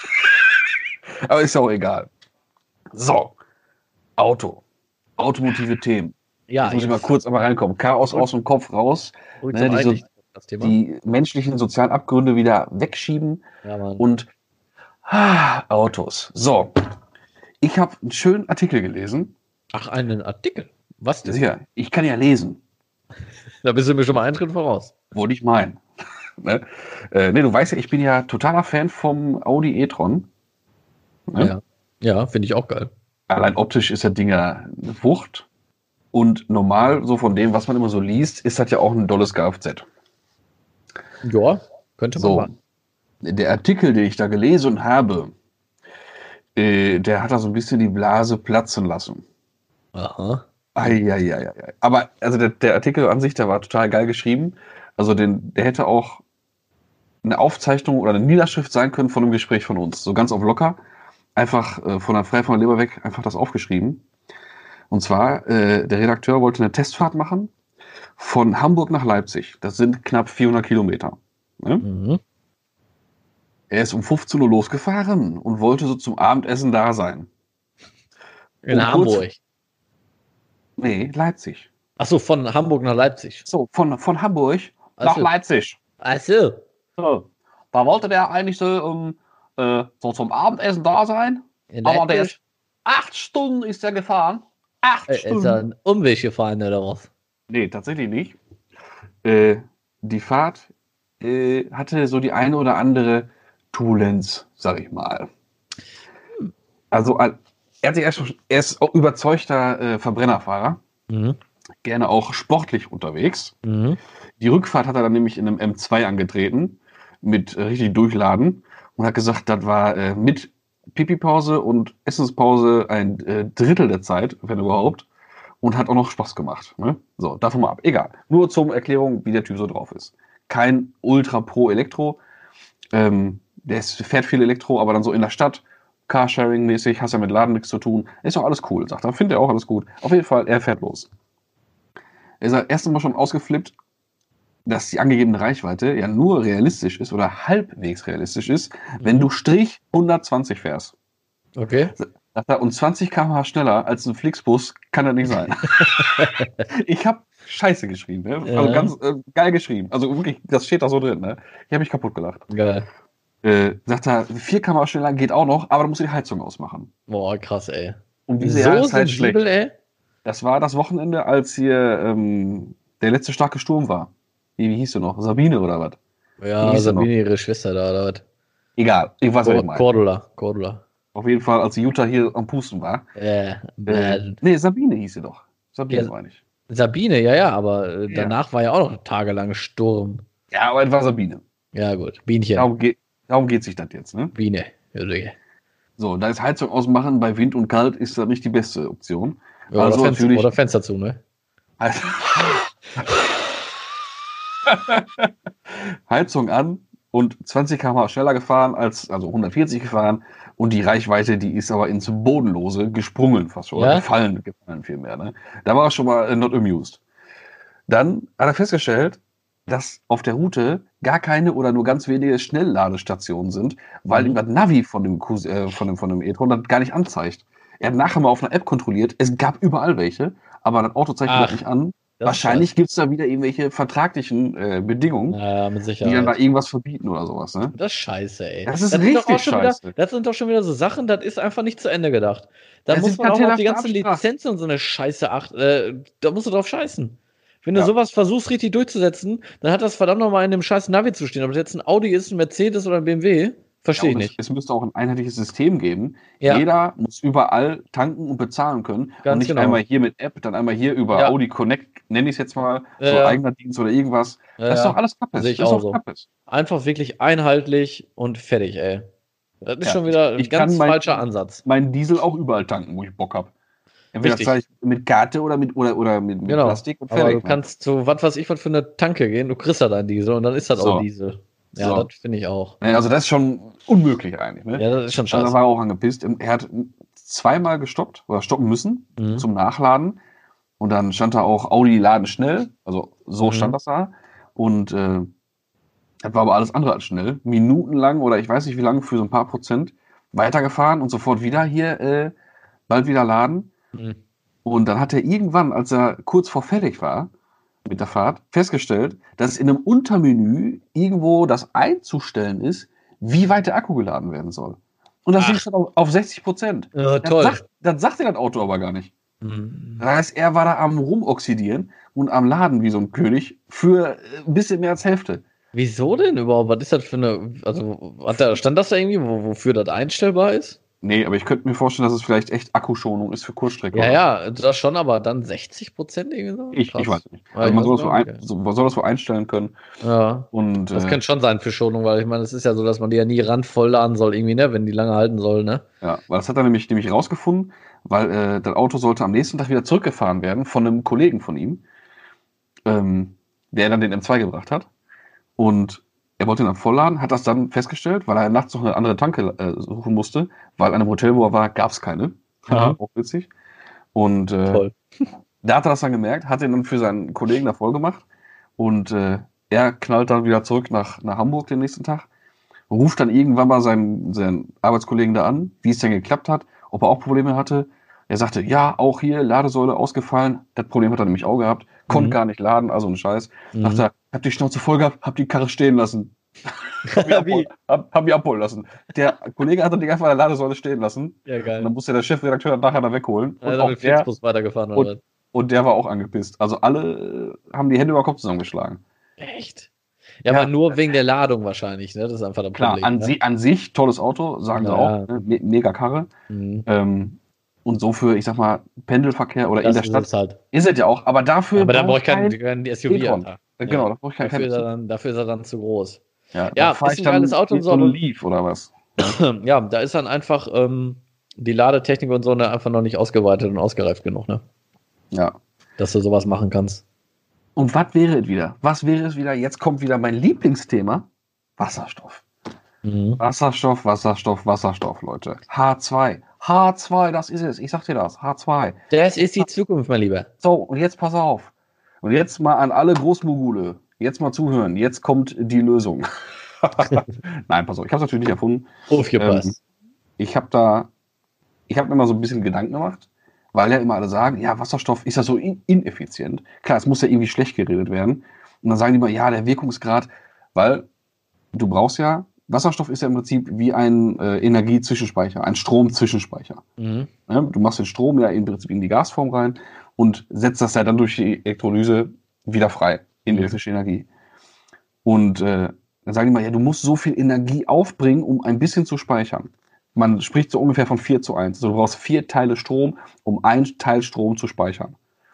Aber ist ja auch egal. So, Auto. Automotive Themen.
Ja,
Jetzt muss ich mal kurz einmal reinkommen. Chaos aus dem Kopf raus.
ruhig
ne,
zum
die so-
Einrichten, das Thema.
Die menschlichen sozialen Abgründe wieder wegschieben.
ja, Mann.
Und ah, Autos. So, ich habe einen schönen Artikel gelesen.
Ach, einen Artikel. Was denn?
Sicher, ich kann ja lesen.
Da bist du mir schon mal einen Schritt voraus.
Wollte ich meinen. ne? Äh, ne, du weißt ja, ich bin ja totaler Fan vom Audi e-tron. Ne?
Ja, ja finde ich auch geil.
Allein optisch ist das Ding ja eine Wucht. Und normal, so von dem, was man immer so liest, ist das ja auch ein dolles Kfz.
Ja, könnte man
So,
machen.
der Artikel, den ich da gelesen habe, äh, der hat da so ein bisschen die Blase platzen lassen.
Aha.
Eieieiei. Aber also der, der Artikel an sich, der war total geil geschrieben. Also den, der hätte auch eine Aufzeichnung oder eine Niederschrift sein können von einem Gespräch von uns. So ganz auf locker. Einfach äh, von der Frei von der Leber weg einfach das aufgeschrieben. Und zwar, äh, der Redakteur wollte eine Testfahrt machen von Hamburg nach Leipzig. Das sind knapp vierhundert Kilometer. Ne?
Mhm.
Er ist um fünfzehn Uhr losgefahren und wollte so zum Abendessen da sein.
In
Und kurz-
Hamburg.
Nee, Leipzig.
Achso, von Hamburg nach Leipzig.
So, von, von Hamburg nach
so.
Leipzig.
Achso.
So, da wollte der eigentlich so, um, äh, so zum Abendessen da sein.
In
Aber der
Leipzig?
ist acht Stunden ist er gefahren. Acht
Äh,
Stunden.
ist er ein Umweg gefahren oder was?
Nee, tatsächlich nicht. Äh, die Fahrt äh, hatte so die eine oder andere Turbulenz, sag ich mal. Also, äh, er, hat sich erst, schon- er ist auch überzeugter äh, Verbrennerfahrer,
Mhm.
gerne auch sportlich unterwegs.
Mhm.
Die Rückfahrt hat er dann nämlich in einem M zwei angetreten, mit äh, richtig Durchladen und hat gesagt, das war äh, mit Pipi-Pause und Essenspause ein äh, Drittel der Zeit, wenn überhaupt. und hat auch noch Spaß gemacht. Ne? So, davon mal ab. Egal. Nur zur Erklärung, wie der Typ so drauf ist. Kein Ultra Pro Elektro. Ähm, der ist, fährt viel Elektro, aber dann so in der Stadt, Carsharing-mäßig, hast ja mit Laden nichts zu tun. Ist doch alles cool, sagt er. Findet er auch alles gut. Auf jeden Fall, er fährt los. Er ist erst einmal schon ausgeflippt, dass die angegebene Reichweite ja nur realistisch ist oder halbwegs realistisch ist, wenn du Strich hundertzwanzig fährst.
Okay.
Sagt er, und zwanzig Kilometer pro Stunde schneller als ein Flixbus kann das nicht sein. Ich habe Scheiße geschrieben, ne? Also
Ja.
ganz äh, geil geschrieben. Also wirklich, das steht da so drin, ne? Ich habe mich kaputt gelacht.
Geil.
Äh, sagt er, vier Kilometer pro Stunde schneller geht auch noch, aber du musst die Heizung ausmachen.
Boah, krass, ey.
Um diese
So
Jahreszeit
sensibel, ey?
Das war das Wochenende, als hier ähm, der letzte starke Sturm war. Wie, wie hieß du noch? Sabine oder was? Wie
Ja,
hieß sie
Sabine,
noch?
ihre Schwester da, oder was?
Egal, ich weiß nicht
Cor-
mal.
Cordula, Cordula.
Auf jeden Fall, als Jutta hier am Pusten war.
Äh,
Äh,
äh,
nee, Sabine hieß sie doch. Sabine
Ja.
meine ich.
Sabine, ja, ja, aber äh,
Ja.
danach war ja auch noch tagelang Sturm.
Ja, aber es war Sabine.
Ja, gut. Bienchen.
Darum, geht, darum geht sich das jetzt, ne?
Biene. Ja, ja.
So, da ist Heizung ausmachen bei Wind und Kalt ist das nicht die beste Option.
Ja,
Also
oder, Fenster,
natürlich-
oder Fenster zu, ne?
Heiz- Heizung an und zwanzig Kilometer pro Stunde schneller gefahren als, also hundertvierzig gefahren und die Reichweite, die ist aber ins Bodenlose gesprungen fast schon,
Ja?
oder gefallen, gefallen vielmehr, ne? Da war er schon mal äh, not amused. Dann hat er festgestellt, dass auf der Route gar keine oder nur ganz wenige Schnellladestationen sind, weil
Mhm.
ihm das Navi von dem, Cus- äh, von dem, von dem e-tron das gar nicht anzeigt. Er hat nachher mal auf einer App kontrolliert, es gab überall welche, aber das Auto zeigt
Ach,
das nicht an.
Das
Wahrscheinlich gibt es da wieder irgendwelche vertraglichen äh, Bedingungen,
ist ja, mit
die dann da
Sicherheit.
irgendwas verbieten oder sowas. Ne?
Das ist scheiße, ey.
Das ist
sind doch
richtig
auch schon
scheiße.
Wieder, das sind doch schon wieder so Sachen, das ist einfach nicht zu Ende gedacht. Da
Das
muss
sind
man auch mal auf die
kartellhafte
ganzen
Absprachen.
Lizenzen und so eine Scheiße achten. Äh, da musst du drauf scheißen. Wenn du
Ja.
sowas versuchst, richtig durchzusetzen, dann hat das verdammt nochmal in dem scheiß Navi zu stehen. Ob das jetzt ein Audi ist, ein Mercedes oder ein B M W, verstehe
Ja, und
ich
es,
nicht.
es müsste auch ein einheitliches System geben.
Ja.
Jeder muss überall tanken und bezahlen können.
Ganz
und nicht
genau.
einmal hier mit App, dann einmal hier über
Ja.
Audi Connect, nenne ich es jetzt mal,
Ja,
so
ja.
eigener Dienst oder irgendwas.
Ja,
das ist
ja.
doch alles Kappes.
Sehe ich
das ist
auch
doch
so.
Kappes.
Einfach wirklich einheitlich und fertig, ey. Das ist
Ja,
schon wieder
ich-
ein
ich
ganz
kann mein-
falscher Ansatz.
Meinen Diesel auch überall tanken, wo ich Bock habe. Entweder
Richtig.
zahle ich mit Karte oder mit, oder, oder mit, mit
Genau.
Plastik und
Aber
fertig.
du kannst zu was weiß ich was für eine Tanke gehen, du kriegst halt einen Diesel und dann ist das
So.
auch Diesel. Ja,
So.
das finde ich auch.
Ne, also das ist schon unmöglich eigentlich. Ne?
Ja, das ist schon
Also da
scheiße.
war er auch angepisst. Er hat zweimal gestoppt oder stoppen müssen
Mhm.
zum Nachladen. Und dann stand da auch Audi laden schnell. Also so
Mhm.
stand das da. Und äh, das war aber alles andere als schnell. Minutenlang oder ich weiß nicht wie lange für so ein paar Prozent weitergefahren und sofort wieder hier äh, bald wieder laden.
Mhm.
Und dann hat er irgendwann, als er kurz vor fertig war mit der Fahrt, festgestellt, dass in einem Untermenü irgendwo das einzustellen ist, wie weit der Akku geladen werden soll. Und das
Ach.
liegt schon auf, auf sechzig Prozent.
Ja,
Das
toll.
sagt, das sagt dir das Auto aber gar nicht.
Mhm.
Das heißt, er war da am Rumoxidieren und am Laden wie so ein König für äh, ein bisschen mehr als Hälfte.
Wieso denn überhaupt? Was ist das für eine. Also, hat da, stand das da irgendwie, wo, wofür das einstellbar ist?
Nee, aber ich könnte mir vorstellen, dass es vielleicht echt Akkuschonung ist für Kurzstrecke.
Ja,
oder?
ja, das schon, aber dann sechzig Prozent irgendwie so?
Ich,
Krass.
ich weiß nicht.
Ja,
Also
ich
man, soll
weiß
das so
auch
ein,
nicht.
so, man soll das so einstellen können.
Ja.
Und
Das
äh,
könnte schon sein für Schonung, weil ich meine, es ist ja so, dass man die ja nie randvoll laden soll, irgendwie, ne, wenn die lange halten soll, ne?
ja, weil das hat er nämlich, nämlich rausgefunden, weil äh, das Auto sollte am nächsten Tag wieder zurückgefahren werden von einem Kollegen von ihm, ähm, der dann den M zwei gebracht hat. Und er wollte ihn dann vollladen, hat das dann festgestellt, weil er nachts noch eine andere Tanke äh, suchen musste, weil an einem Hotel, wo er war, gab es keine.
Mhm.
Auch witzig. Und äh,
Toll.
da hat er das dann gemerkt, hat ihn dann für seinen Kollegen da voll gemacht. Und äh, er knallt dann wieder zurück nach, nach Hamburg den nächsten Tag, ruft dann irgendwann mal seinen, seinen Arbeitskollegen da an, wie es denn geklappt hat, ob er auch Probleme hatte. Er sagte, ja, auch hier, Ladesäule ausgefallen. Das Problem hat er nämlich auch gehabt. Konnte
Mhm.
gar nicht laden, also ein Scheiß.
Mhm.
Sagt er, hab die Schnauze voll gehabt, hab die Karre stehen lassen. hab, mich abholen, hab, hab mich abholen lassen. Der Kollege hat dann die einfach an der Ladesäule stehen lassen.
Ja,
Und
geil.
dann musste der Chefredakteur dann nachher da wegholen. Und,
Also
auch
mit
der,
Flixbus weitergefahren oder was?
und der war auch angepisst. Also alle äh, haben die Hände über den Kopf zusammengeschlagen.
Echt? Ja,
Ja.
aber nur wegen der Ladung wahrscheinlich, ne? Das ist einfach das
Klar,
Problem.
an,
ne?
si an sich tolles Auto, sagen sie
Ja.
auch. Ne? Me mega Karre.
Mhm.
Ähm, und so für, ich sag mal, Pendelverkehr oder
Das
in der
ist
Stadt
es halt.
ist es ja auch. Aber dafür
Aber dann brauche ich
kein-
keinen kein S U V.
e-tron.
Alter.
Äh, Genau,
Ja.
da brauche ich kein
Dafür, ist er
kein
dann, dafür ist er dann zu groß.
Ja,
Ja,
da fahr
ist
ich
ein
dann
geiles Auto und
mit
so,
so einem
aber-
Leaf oder was.
Ja, da ist dann einfach ähm, die Ladetechnik und so ne, einfach noch nicht ausgeweitet und ausgereift genug, ne?
Ja.
dass du sowas machen kannst.
Und was wäre es wieder? Was wäre es wieder? Jetzt kommt wieder mein Lieblingsthema. Wasserstoff.
Mhm.
Wasserstoff, Wasserstoff, Wasserstoff, Leute. H zwei. H zwei, das ist es. Ich sag dir das. H zwei.
Das ist die Zukunft, mein Lieber.
So, und jetzt pass auf. Und jetzt mal an alle Großmogule. Jetzt mal zuhören. Jetzt kommt die Lösung. Nein, pass auf. Ich habe es natürlich nicht erfunden.
Aufgepasst.
Ähm, ich habe da, ich habe mir mal so ein bisschen Gedanken gemacht, weil ja immer alle sagen, ja, Wasserstoff ist ja so in- ineffizient. Klar, es muss ja irgendwie schlecht geredet werden. Und dann sagen die mal, ja, der Wirkungsgrad, weil du brauchst ja, Wasserstoff ist ja im Prinzip wie ein äh, Energiezwischenspeicher, ein Stromzwischenspeicher.
Mhm.
Ja, du machst den Strom ja im Prinzip in die Gasform rein und setzt das ja dann durch die Elektrolyse wieder frei in
Mhm.
elektrische Energie. Und äh, dann sagen die mal, ja, du musst so viel Energie aufbringen, um ein bisschen zu speichern. Man spricht so ungefähr von vier zu eins. Also du brauchst vier Teile Strom, um ein Teil Strom zu speichern.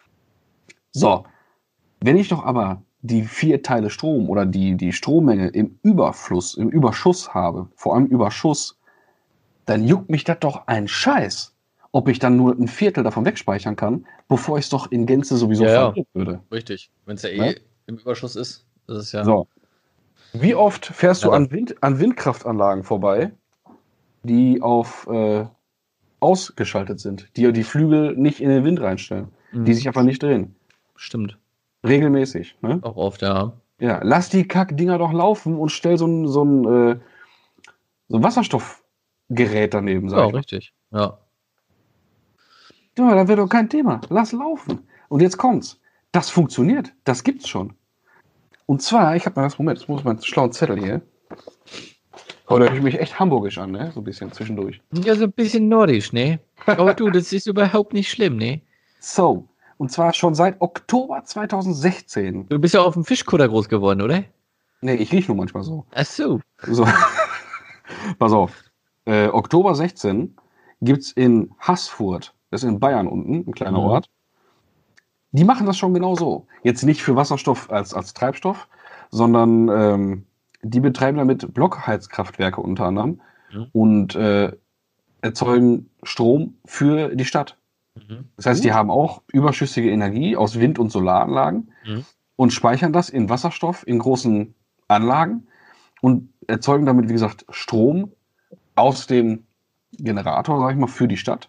So, wenn ich doch aber die vier Teile Strom oder die, die Strommenge im Überfluss, im Überschuss habe, vor allem Überschuss, dann juckt mich das doch ein Scheiß, ob ich dann nur ein Viertel davon wegspeichern kann, bevor ich es doch in Gänze sowieso
Ja, ja.
verlieren würde.
Richtig. Wenn es ja eh
Ja?
im Überschuss ist, ist es ja.
So. Wie oft fährst du
Ja,
an, Wind, an Windkraftanlagen vorbei, die auf äh, ausgeschaltet sind, die die Flügel nicht in den Wind reinstellen,
Mhm.
die sich einfach nicht drehen?
Stimmt.
Regelmäßig. Ne?
Auch oft, ja.
Ja, lass die Kackdinger doch laufen und stell so ein, so ein, äh, so ein Wasserstoffgerät daneben, sag
Ja,
ich mal.
richtig. Ja.
Ja, da wird doch kein Thema. Lass laufen. Und jetzt kommt's. Das funktioniert. Das gibt's schon. Und zwar, ich habe mal das Moment, jetzt muss ich meinen schlauen Zettel hier. Heute höre ich mich echt hamburgisch an, ne? So ein bisschen zwischendurch.
Ja, so ein bisschen nordisch, ne? Aber du, das ist überhaupt nicht schlimm, ne?
So, und zwar schon seit Oktober zweitausendsechzehn.
Du bist ja auf dem Fischkutter groß geworden, oder?
Nee, ich rieche nur manchmal so.
Ach so.
So. Pass auf. Äh, Oktober sechzehn gibt's in Haßfurt, das ist in Bayern unten, ein kleiner
Mhm.
Ort. Die machen das schon genau so. Jetzt nicht für Wasserstoff als, als Treibstoff, sondern ähm, die betreiben damit Blockheizkraftwerke unter anderem
Mhm.
und äh, erzeugen Strom für die Stadt.
Mhm.
Das heißt, die haben auch überschüssige Energie aus Wind- und Solaranlagen
Mhm.
und speichern das in Wasserstoff in großen Anlagen und erzeugen damit, wie gesagt, Strom aus dem Generator, sag ich mal, für die Stadt.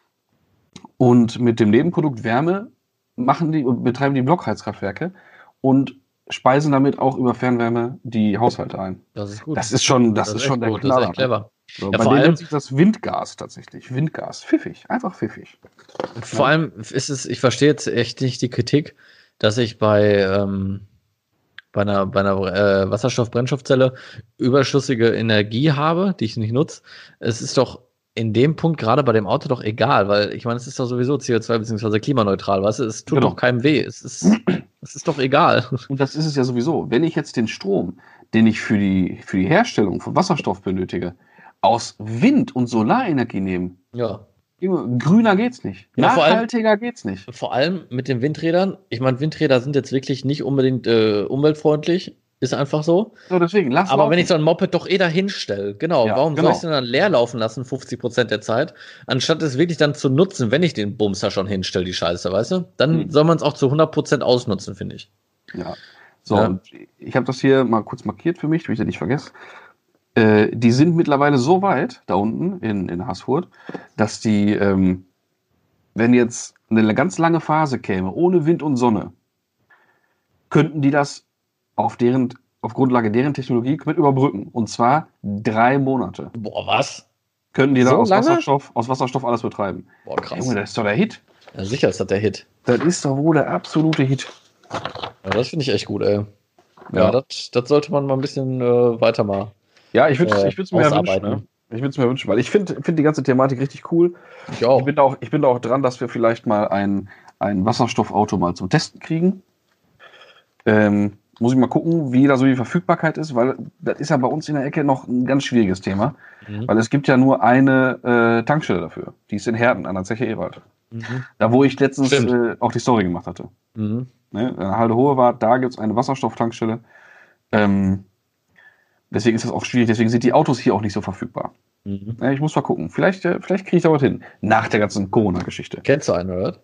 Und mit dem Nebenprodukt Wärme machen die, betreiben die Blockheizkraftwerke und speisen damit auch über Fernwärme die Haushalte ein.
Das ist gut.
Das ist schon, das ist
echt
schon der
gut, das ist
Knaller.
echt clever.
So,
Ja,
bei
vor
denen
allem-
nennt sich das Windgas tatsächlich. Windgas. Pfiffig. Einfach pfiffig.
Und vor allem ist es, ich verstehe jetzt echt nicht die Kritik, dass ich bei, ähm, bei einer, bei einer äh, Wasserstoff-Brennstoffzelle überschüssige Energie habe, die ich nicht nutze. Es ist doch in dem Punkt gerade bei dem Auto doch egal, weil ich meine, es ist doch sowieso C O zwei bzw. klimaneutral, weißt du, es tut
Genau.
doch keinem weh. Es ist, es ist doch egal.
Und das ist es ja sowieso. Wenn ich jetzt den Strom, den ich für die, für die Herstellung von Wasserstoff benötige, aus Wind- und Solarenergie nehme,
Ja.
Junge, grüner geht's nicht.
Ja, vor allem-
Nachhaltiger geht's nicht.
Vor allem mit den Windrädern. Ich meine, Windräder sind jetzt wirklich nicht unbedingt äh, umweltfreundlich. Ist einfach so.
So, deswegen, lass
Aber
laufen.
wenn ich so ein Moped doch eh dahin stelle, genau,
Ja,
warum
genau.
soll ich es denn dann leer laufen lassen, fünfzig Prozent der Zeit, anstatt es wirklich dann zu nutzen, wenn ich den Bumser schon hinstelle, die Scheiße, weißt du? Dann
Hm.
soll man es auch zu hundert Prozent ausnutzen, finde ich.
Ja. So,
Ja.
und ich habe das hier mal kurz markiert für mich, damit ich das nicht vergesse. Äh, die sind mittlerweile so weit da unten in, in Haßfurt, dass die, ähm, wenn jetzt eine ganz lange Phase käme, ohne Wind und Sonne, könnten die das auf deren, auf Grundlage deren Technologie mit überbrücken. Und zwar drei Monate.
Boah, was?
Könnten die da
So
aus
lange?
Wasserstoff, aus Wasserstoff alles betreiben.
Boah, krass.
Junge, das ist doch der Hit.
Ja, sicher ist das der Hit.
Das ist doch wohl der absolute Hit.
Ja, das finde ich echt gut, ey. Ja,
Ja.
das, das sollte man mal ein bisschen äh, weiter mal.
Ja, ich würde
Äh,
es mir ja wünschen.
ausarbeiten.
Ne? Ich würde es mir wünschen, weil ich finde find die ganze Thematik richtig cool.
Ich auch.
Ich bin, da auch, ich bin da auch dran, dass wir vielleicht mal ein, ein Wasserstoffauto mal zum Testen kriegen. Ähm, muss ich mal gucken, wie da so die Verfügbarkeit ist, weil das ist ja bei uns in der Ecke noch ein ganz schwieriges Thema.
Mhm.
Weil es gibt ja nur eine äh, Tankstelle dafür. Die ist in Herten an der Zeche Ewald.
Mhm.
Da, wo ich letztens
Stimmt.
äh, auch die Story gemacht hatte.
Mhm.
Ne? In der Halde Hohe war, da gibt es eine Wasserstofftankstelle. Ähm, deswegen ist das auch schwierig. Deswegen sind die Autos hier auch nicht so verfügbar.
Mhm.
Ja, ich muss mal gucken. Vielleicht, äh, vielleicht kriege ich da was hin. Nach der ganzen Corona-Geschichte.
Kennst du einen, oder?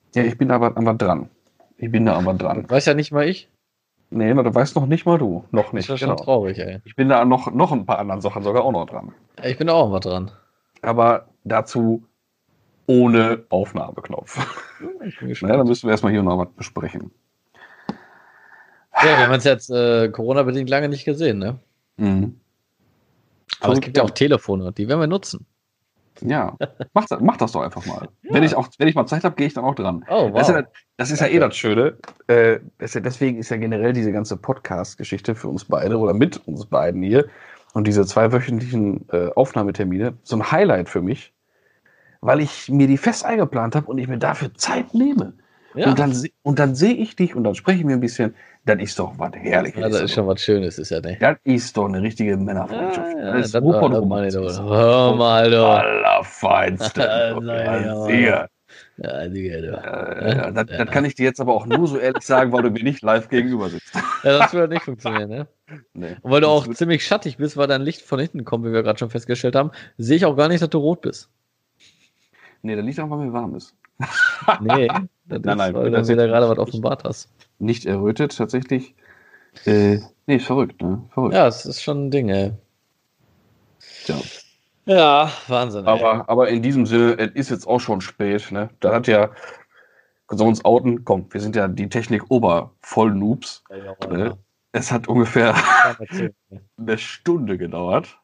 Ja, ich bin aber, aber dran. Ich bin da aber dran.
Weiß ja nicht mal ich.
Nee, das weiß noch nicht mal du. Noch nicht.
Das ist ja
genau.
schon traurig, ey.
Ich bin da noch, noch ein paar anderen Sachen sogar auch noch dran.
Ich bin da auch mal dran.
Aber dazu ohne Aufnahmeknopf.
Ich bin
Na,
gespannt.
ja, dann müssen wir erstmal hier noch was besprechen.
Ja, wir haben uns jetzt äh, Corona-bedingt lange nicht gesehen, ne?
Mhm.
Aber es gibt ja auch Telefone, die werden wir nutzen.
Ja, mach, das- mach das doch einfach mal. Wenn, ich auch, wenn ich mal Zeit habe, gehe ich dann auch dran.
Oh, wow.
Das ist ja, das ist ja eh das Schöne. Äh, das ist ja, deswegen ist ja generell diese ganze Podcast-Geschichte für uns beide oder mit uns beiden hier und diese zweiwöchentlichen äh, Aufnahmetermine so ein Highlight für mich, weil ich mir die fest eingeplant habe und ich mir dafür Zeit nehme.
Ja.
Und dann, se- und dann sehe ich dich und dann spreche ich mir ein bisschen. Das ist doch was Herrliches.
Ja, das ist schon was Schönes, ist ja nicht.
Das ist doch eine richtige Männerfreundschaft.
Ja, ja,
das ist
das
super
war- das
drum.
meine ich doch. Hör mal, du.
Allerfeinste.
Nein, ja,
Sehr.
Ja, Digga, du.
Äh, ja, das, das kann ich dir jetzt aber auch nur so ehrlich sagen, weil du mir nicht live gegenüber sitzt.
Ja, das würde nicht funktionieren, ne?
Nee.
Und weil du
Das
auch
wird-
ziemlich schattig bist, weil dein Licht von hinten kommt, wie wir gerade schon festgestellt haben, sehe ich auch gar nicht, dass du rot bist.
Nee, das liegt auch, weil mir warm ist.
Nee, das
Nein, nein,
ist, weil
das
du wieder
jetzt-
gerade was offenbart hast.
Nicht errötet, tatsächlich. Äh, nee, ist verrückt, ne? Verrückt.
Ja, es ist schon ein Ding, ey.
Tja.
Ja, Wahnsinn, ey.
Aber, aber in diesem Sinne, es ist jetzt auch schon spät, ne? Da hat ja, sollen wir uns outen? Komm, wir sind ja die Technik-Ober-Voll-Noobs.
Ja, ja,
Ne?
ja.
Es hat ungefähr
Ja, erzähl.
eine Stunde gedauert.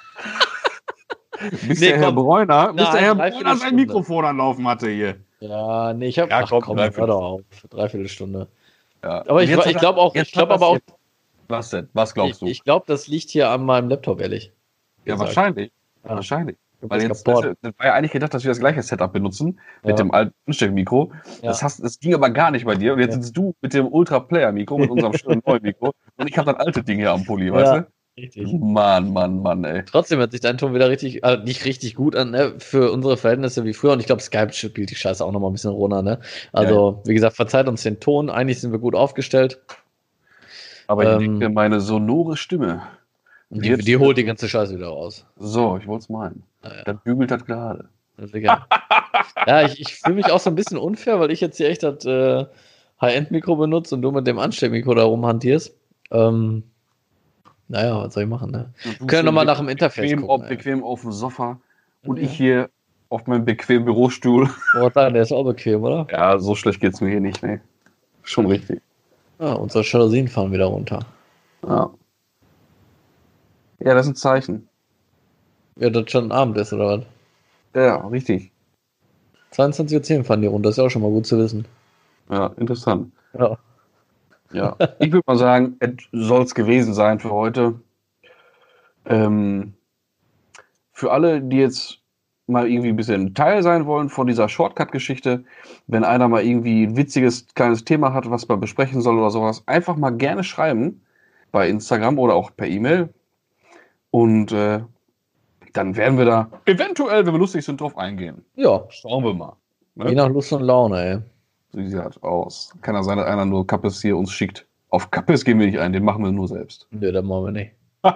bis
Nee,
der Herr
komm.
Bräuner, bis
Nein,
der Herr
dreiviertel
Bräuner sein
Stunde.
Mikrofon anlaufen hatte hier.
Ja, nee, ich hab,
Ja,
ach
komm,
komm,
dreiviertel
hör doch auf. Dreiviertel Stunde.
Ja.
Aber
Und
ich,
jetzt
ich
hat
glaube
er-
auch,
jetzt
ich glaube
hat
aber auch,
er's- Was denn? Was
ich,
glaubst du?
ich glaube, das liegt hier an meinem Laptop, ehrlich.
ja,
gesagt.
wahrscheinlich.
Ja.
Wahrscheinlich.
Ich
Weil
bin
jetzt,
kaputt.
das, das war ja eigentlich gedacht, dass wir das gleiche Setup benutzen, mit
Ja.
dem alten Ansteckmikro.
Ja.
Das, hast, das ging aber gar nicht bei dir. Und jetzt
Ja.
sitzt du mit dem Ultra-Player-Mikro, mit unserem schönen neuen Mikro. Und ich habe das alte Ding hier am Pulli, weißt
Ja,
du?
richtig.
Mann, Mann, Mann, ey.
Trotzdem hört sich dein Ton wieder richtig, also nicht richtig gut an, ne? Für unsere Verhältnisse wie früher. Und ich glaube, Skype spielt die Scheiße auch nochmal ein bisschen runter, ne? Also, wie gesagt, verzeiht uns den Ton. Eigentlich sind wir gut aufgestellt.
Aber ich
Ähm.
denke, meine sonore Stimme.
Und die,
Jetzt-
die holt die ganze Scheiße wieder raus.
So, ich wollte es meinen.
Ja, ja.
Dann bügelt das gerade.
Sicher. Ja, ich, ich fühle mich auch so ein bisschen unfair, weil ich jetzt hier echt das äh, High-End-Mikro benutze und du mit dem Ansteckmikro da rumhantierst. Ähm, naja, was soll ich machen, ne?
Und du
Können noch mal nach dem
bequem
Interface
auf,
gucken, ey.
bequem auf dem Sofa und
Ja.
ich hier auf meinem bequemen Bürostuhl.
Ich wollte sagen, der ist auch bequem, oder?
Ja, so schlecht geht's mir hier nicht, ne? Schon richtig.
Ja, unsere Jalousien fahren wieder runter.
Ja. Ja, das ist ein Zeichen.
Ja, das schon Abend ist, oder was?
Ja, richtig.
zweiundzwanzig Uhr zehn fahren die runter, ist ja auch schon mal gut zu wissen.
Ja, interessant.
Ja.
Ja. Ich würde mal sagen, es soll es gewesen sein für heute. Ähm, für alle, die jetzt mal irgendwie ein bisschen Teil sein wollen von dieser Shortcut-Geschichte, wenn einer mal irgendwie ein witziges kleines Thema hat, was man besprechen soll oder sowas, einfach mal gerne schreiben bei Instagram oder auch per E-Mail. Und äh, dann werden wir da eventuell, wenn wir lustig sind, drauf eingehen.
Ja,
Schauen wir mal.
je
Ne?
nach Lust und Laune, ey.
So sieht das aus. Kann ja sein, dass einer nur Kappes hier uns schickt. Auf Kappes gehen wir nicht ein, den machen wir nur selbst.
Nö, das machen wir nicht.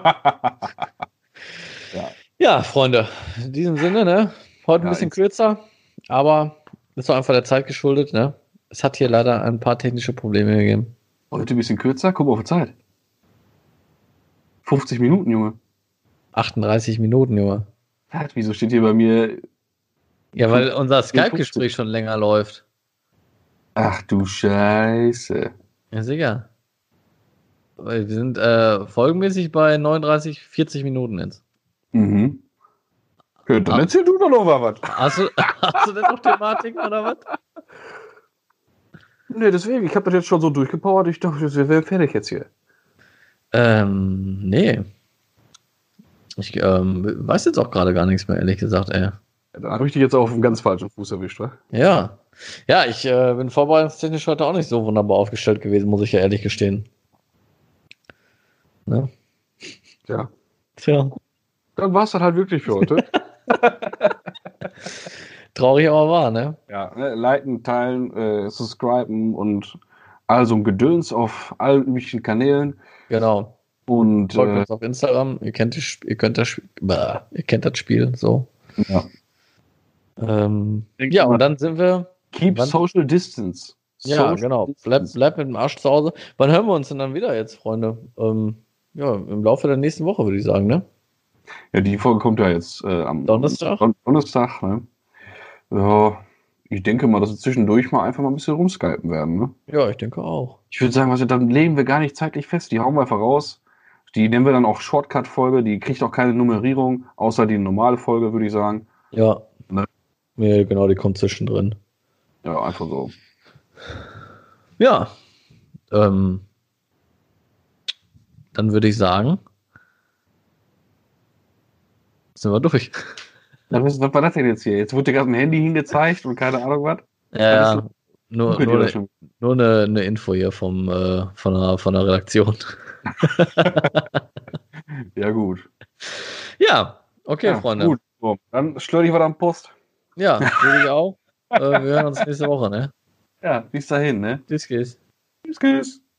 Ja.
Ja, Freunde, in diesem Sinne, ne? Heute ein
Ja,
bisschen
jetzt-
kürzer, aber ist doch einfach der Zeit geschuldet, ne? Es hat hier leider ein paar technische Probleme gegeben.
Heute ein bisschen kürzer, guck mal auf die Zeit. fünfzig Minuten, Junge.
achtunddreißig Minuten, Junge.
Was, wieso steht hier bei mir.
Ja, weil unser
fünfzig.
Skype-Gespräch schon länger läuft.
Ach du Scheiße.
Ja, sicher. Weil wir sind äh, folgenmäßig bei neununddreißig, vierzig Minuten jetzt.
Mhm. Ja, dann
Ah.
erzähl du doch noch mal was.
Hast du, hast du denn noch Thematiken oder was?
Nee, deswegen, ich habe das jetzt schon so durchgepowert. Ich dachte, wir wären fertig jetzt hier.
Ähm, nee. Ich ähm, weiß jetzt auch gerade gar nichts mehr, ehrlich gesagt, ey.
Ja, da habe ich dich jetzt auf einem ganz falschen Fuß erwischt, wa?
Ja. Ja, ich äh, bin vorbereitungstechnisch heute auch nicht so wunderbar aufgestellt gewesen, muss ich ja ehrlich gestehen. Ne?
Ja.
Tja.
Dann war es dann halt wirklich für heute.
Traurig, aber wahr, ne?
Ja, ne, liken, teilen, äh, subscriben und all so ein Gedöns auf allen üblichen Kanälen.
Genau.
Und
Folgt
äh,
uns auf Instagram. Ihr kennt, die, Sp- ihr, könnt das, Sp- bah, ihr kennt das Spiel, so.
ja.
Ähm,
Denk
ja,
mal.
und dann sind wir
Keep
Wann?
social distance.
Ja,
Social
genau. Bleib,
distance.
bleib mit dem Arsch zu Hause. Wann hören wir uns denn dann wieder jetzt, Freunde? Ähm, ja, im Laufe der nächsten Woche, würde ich sagen, ne?
Ja, die Folge kommt ja jetzt äh, am
Donnerstag?
Don Donnerstag. Ne? Ja, ich denke mal, dass wir zwischendurch mal einfach mal ein bisschen rumskypen werden. Ne?
Ja, ich denke auch.
Ich würde sagen, also, dann legen wir gar nicht zeitlich fest. Die hauen wir einfach raus. Die nennen wir dann auch Shortcut-Folge. Die kriegt auch keine Nummerierung, außer die normale Folge, würde ich sagen.
Ja.
Ne?
Ja, genau, die kommt zwischendrin.
Ja, einfach so.
Ja. Ähm, dann würde ich sagen, sind wir durch.
Was, ist- was war das denn jetzt hier? Jetzt wurde dir gerade ein Handy hingezeigt und keine Ahnung was.
Ja,
Was ist
ja. Nur,
Googelt
nur,
ihr das
eine,
schon?
nur eine, eine Info hier vom, äh, von, der, von der Redaktion.
Ja, gut.
Ja, okay,
Ja,
Freunde.
gut. So, dann störe ich was am Post.
Ja, würde ich auch. äh, wir hören uns nächste Woche, ne?
Ja, bis dahin, ne?
Tschüss, tschüss.
Tschüss, tschüss.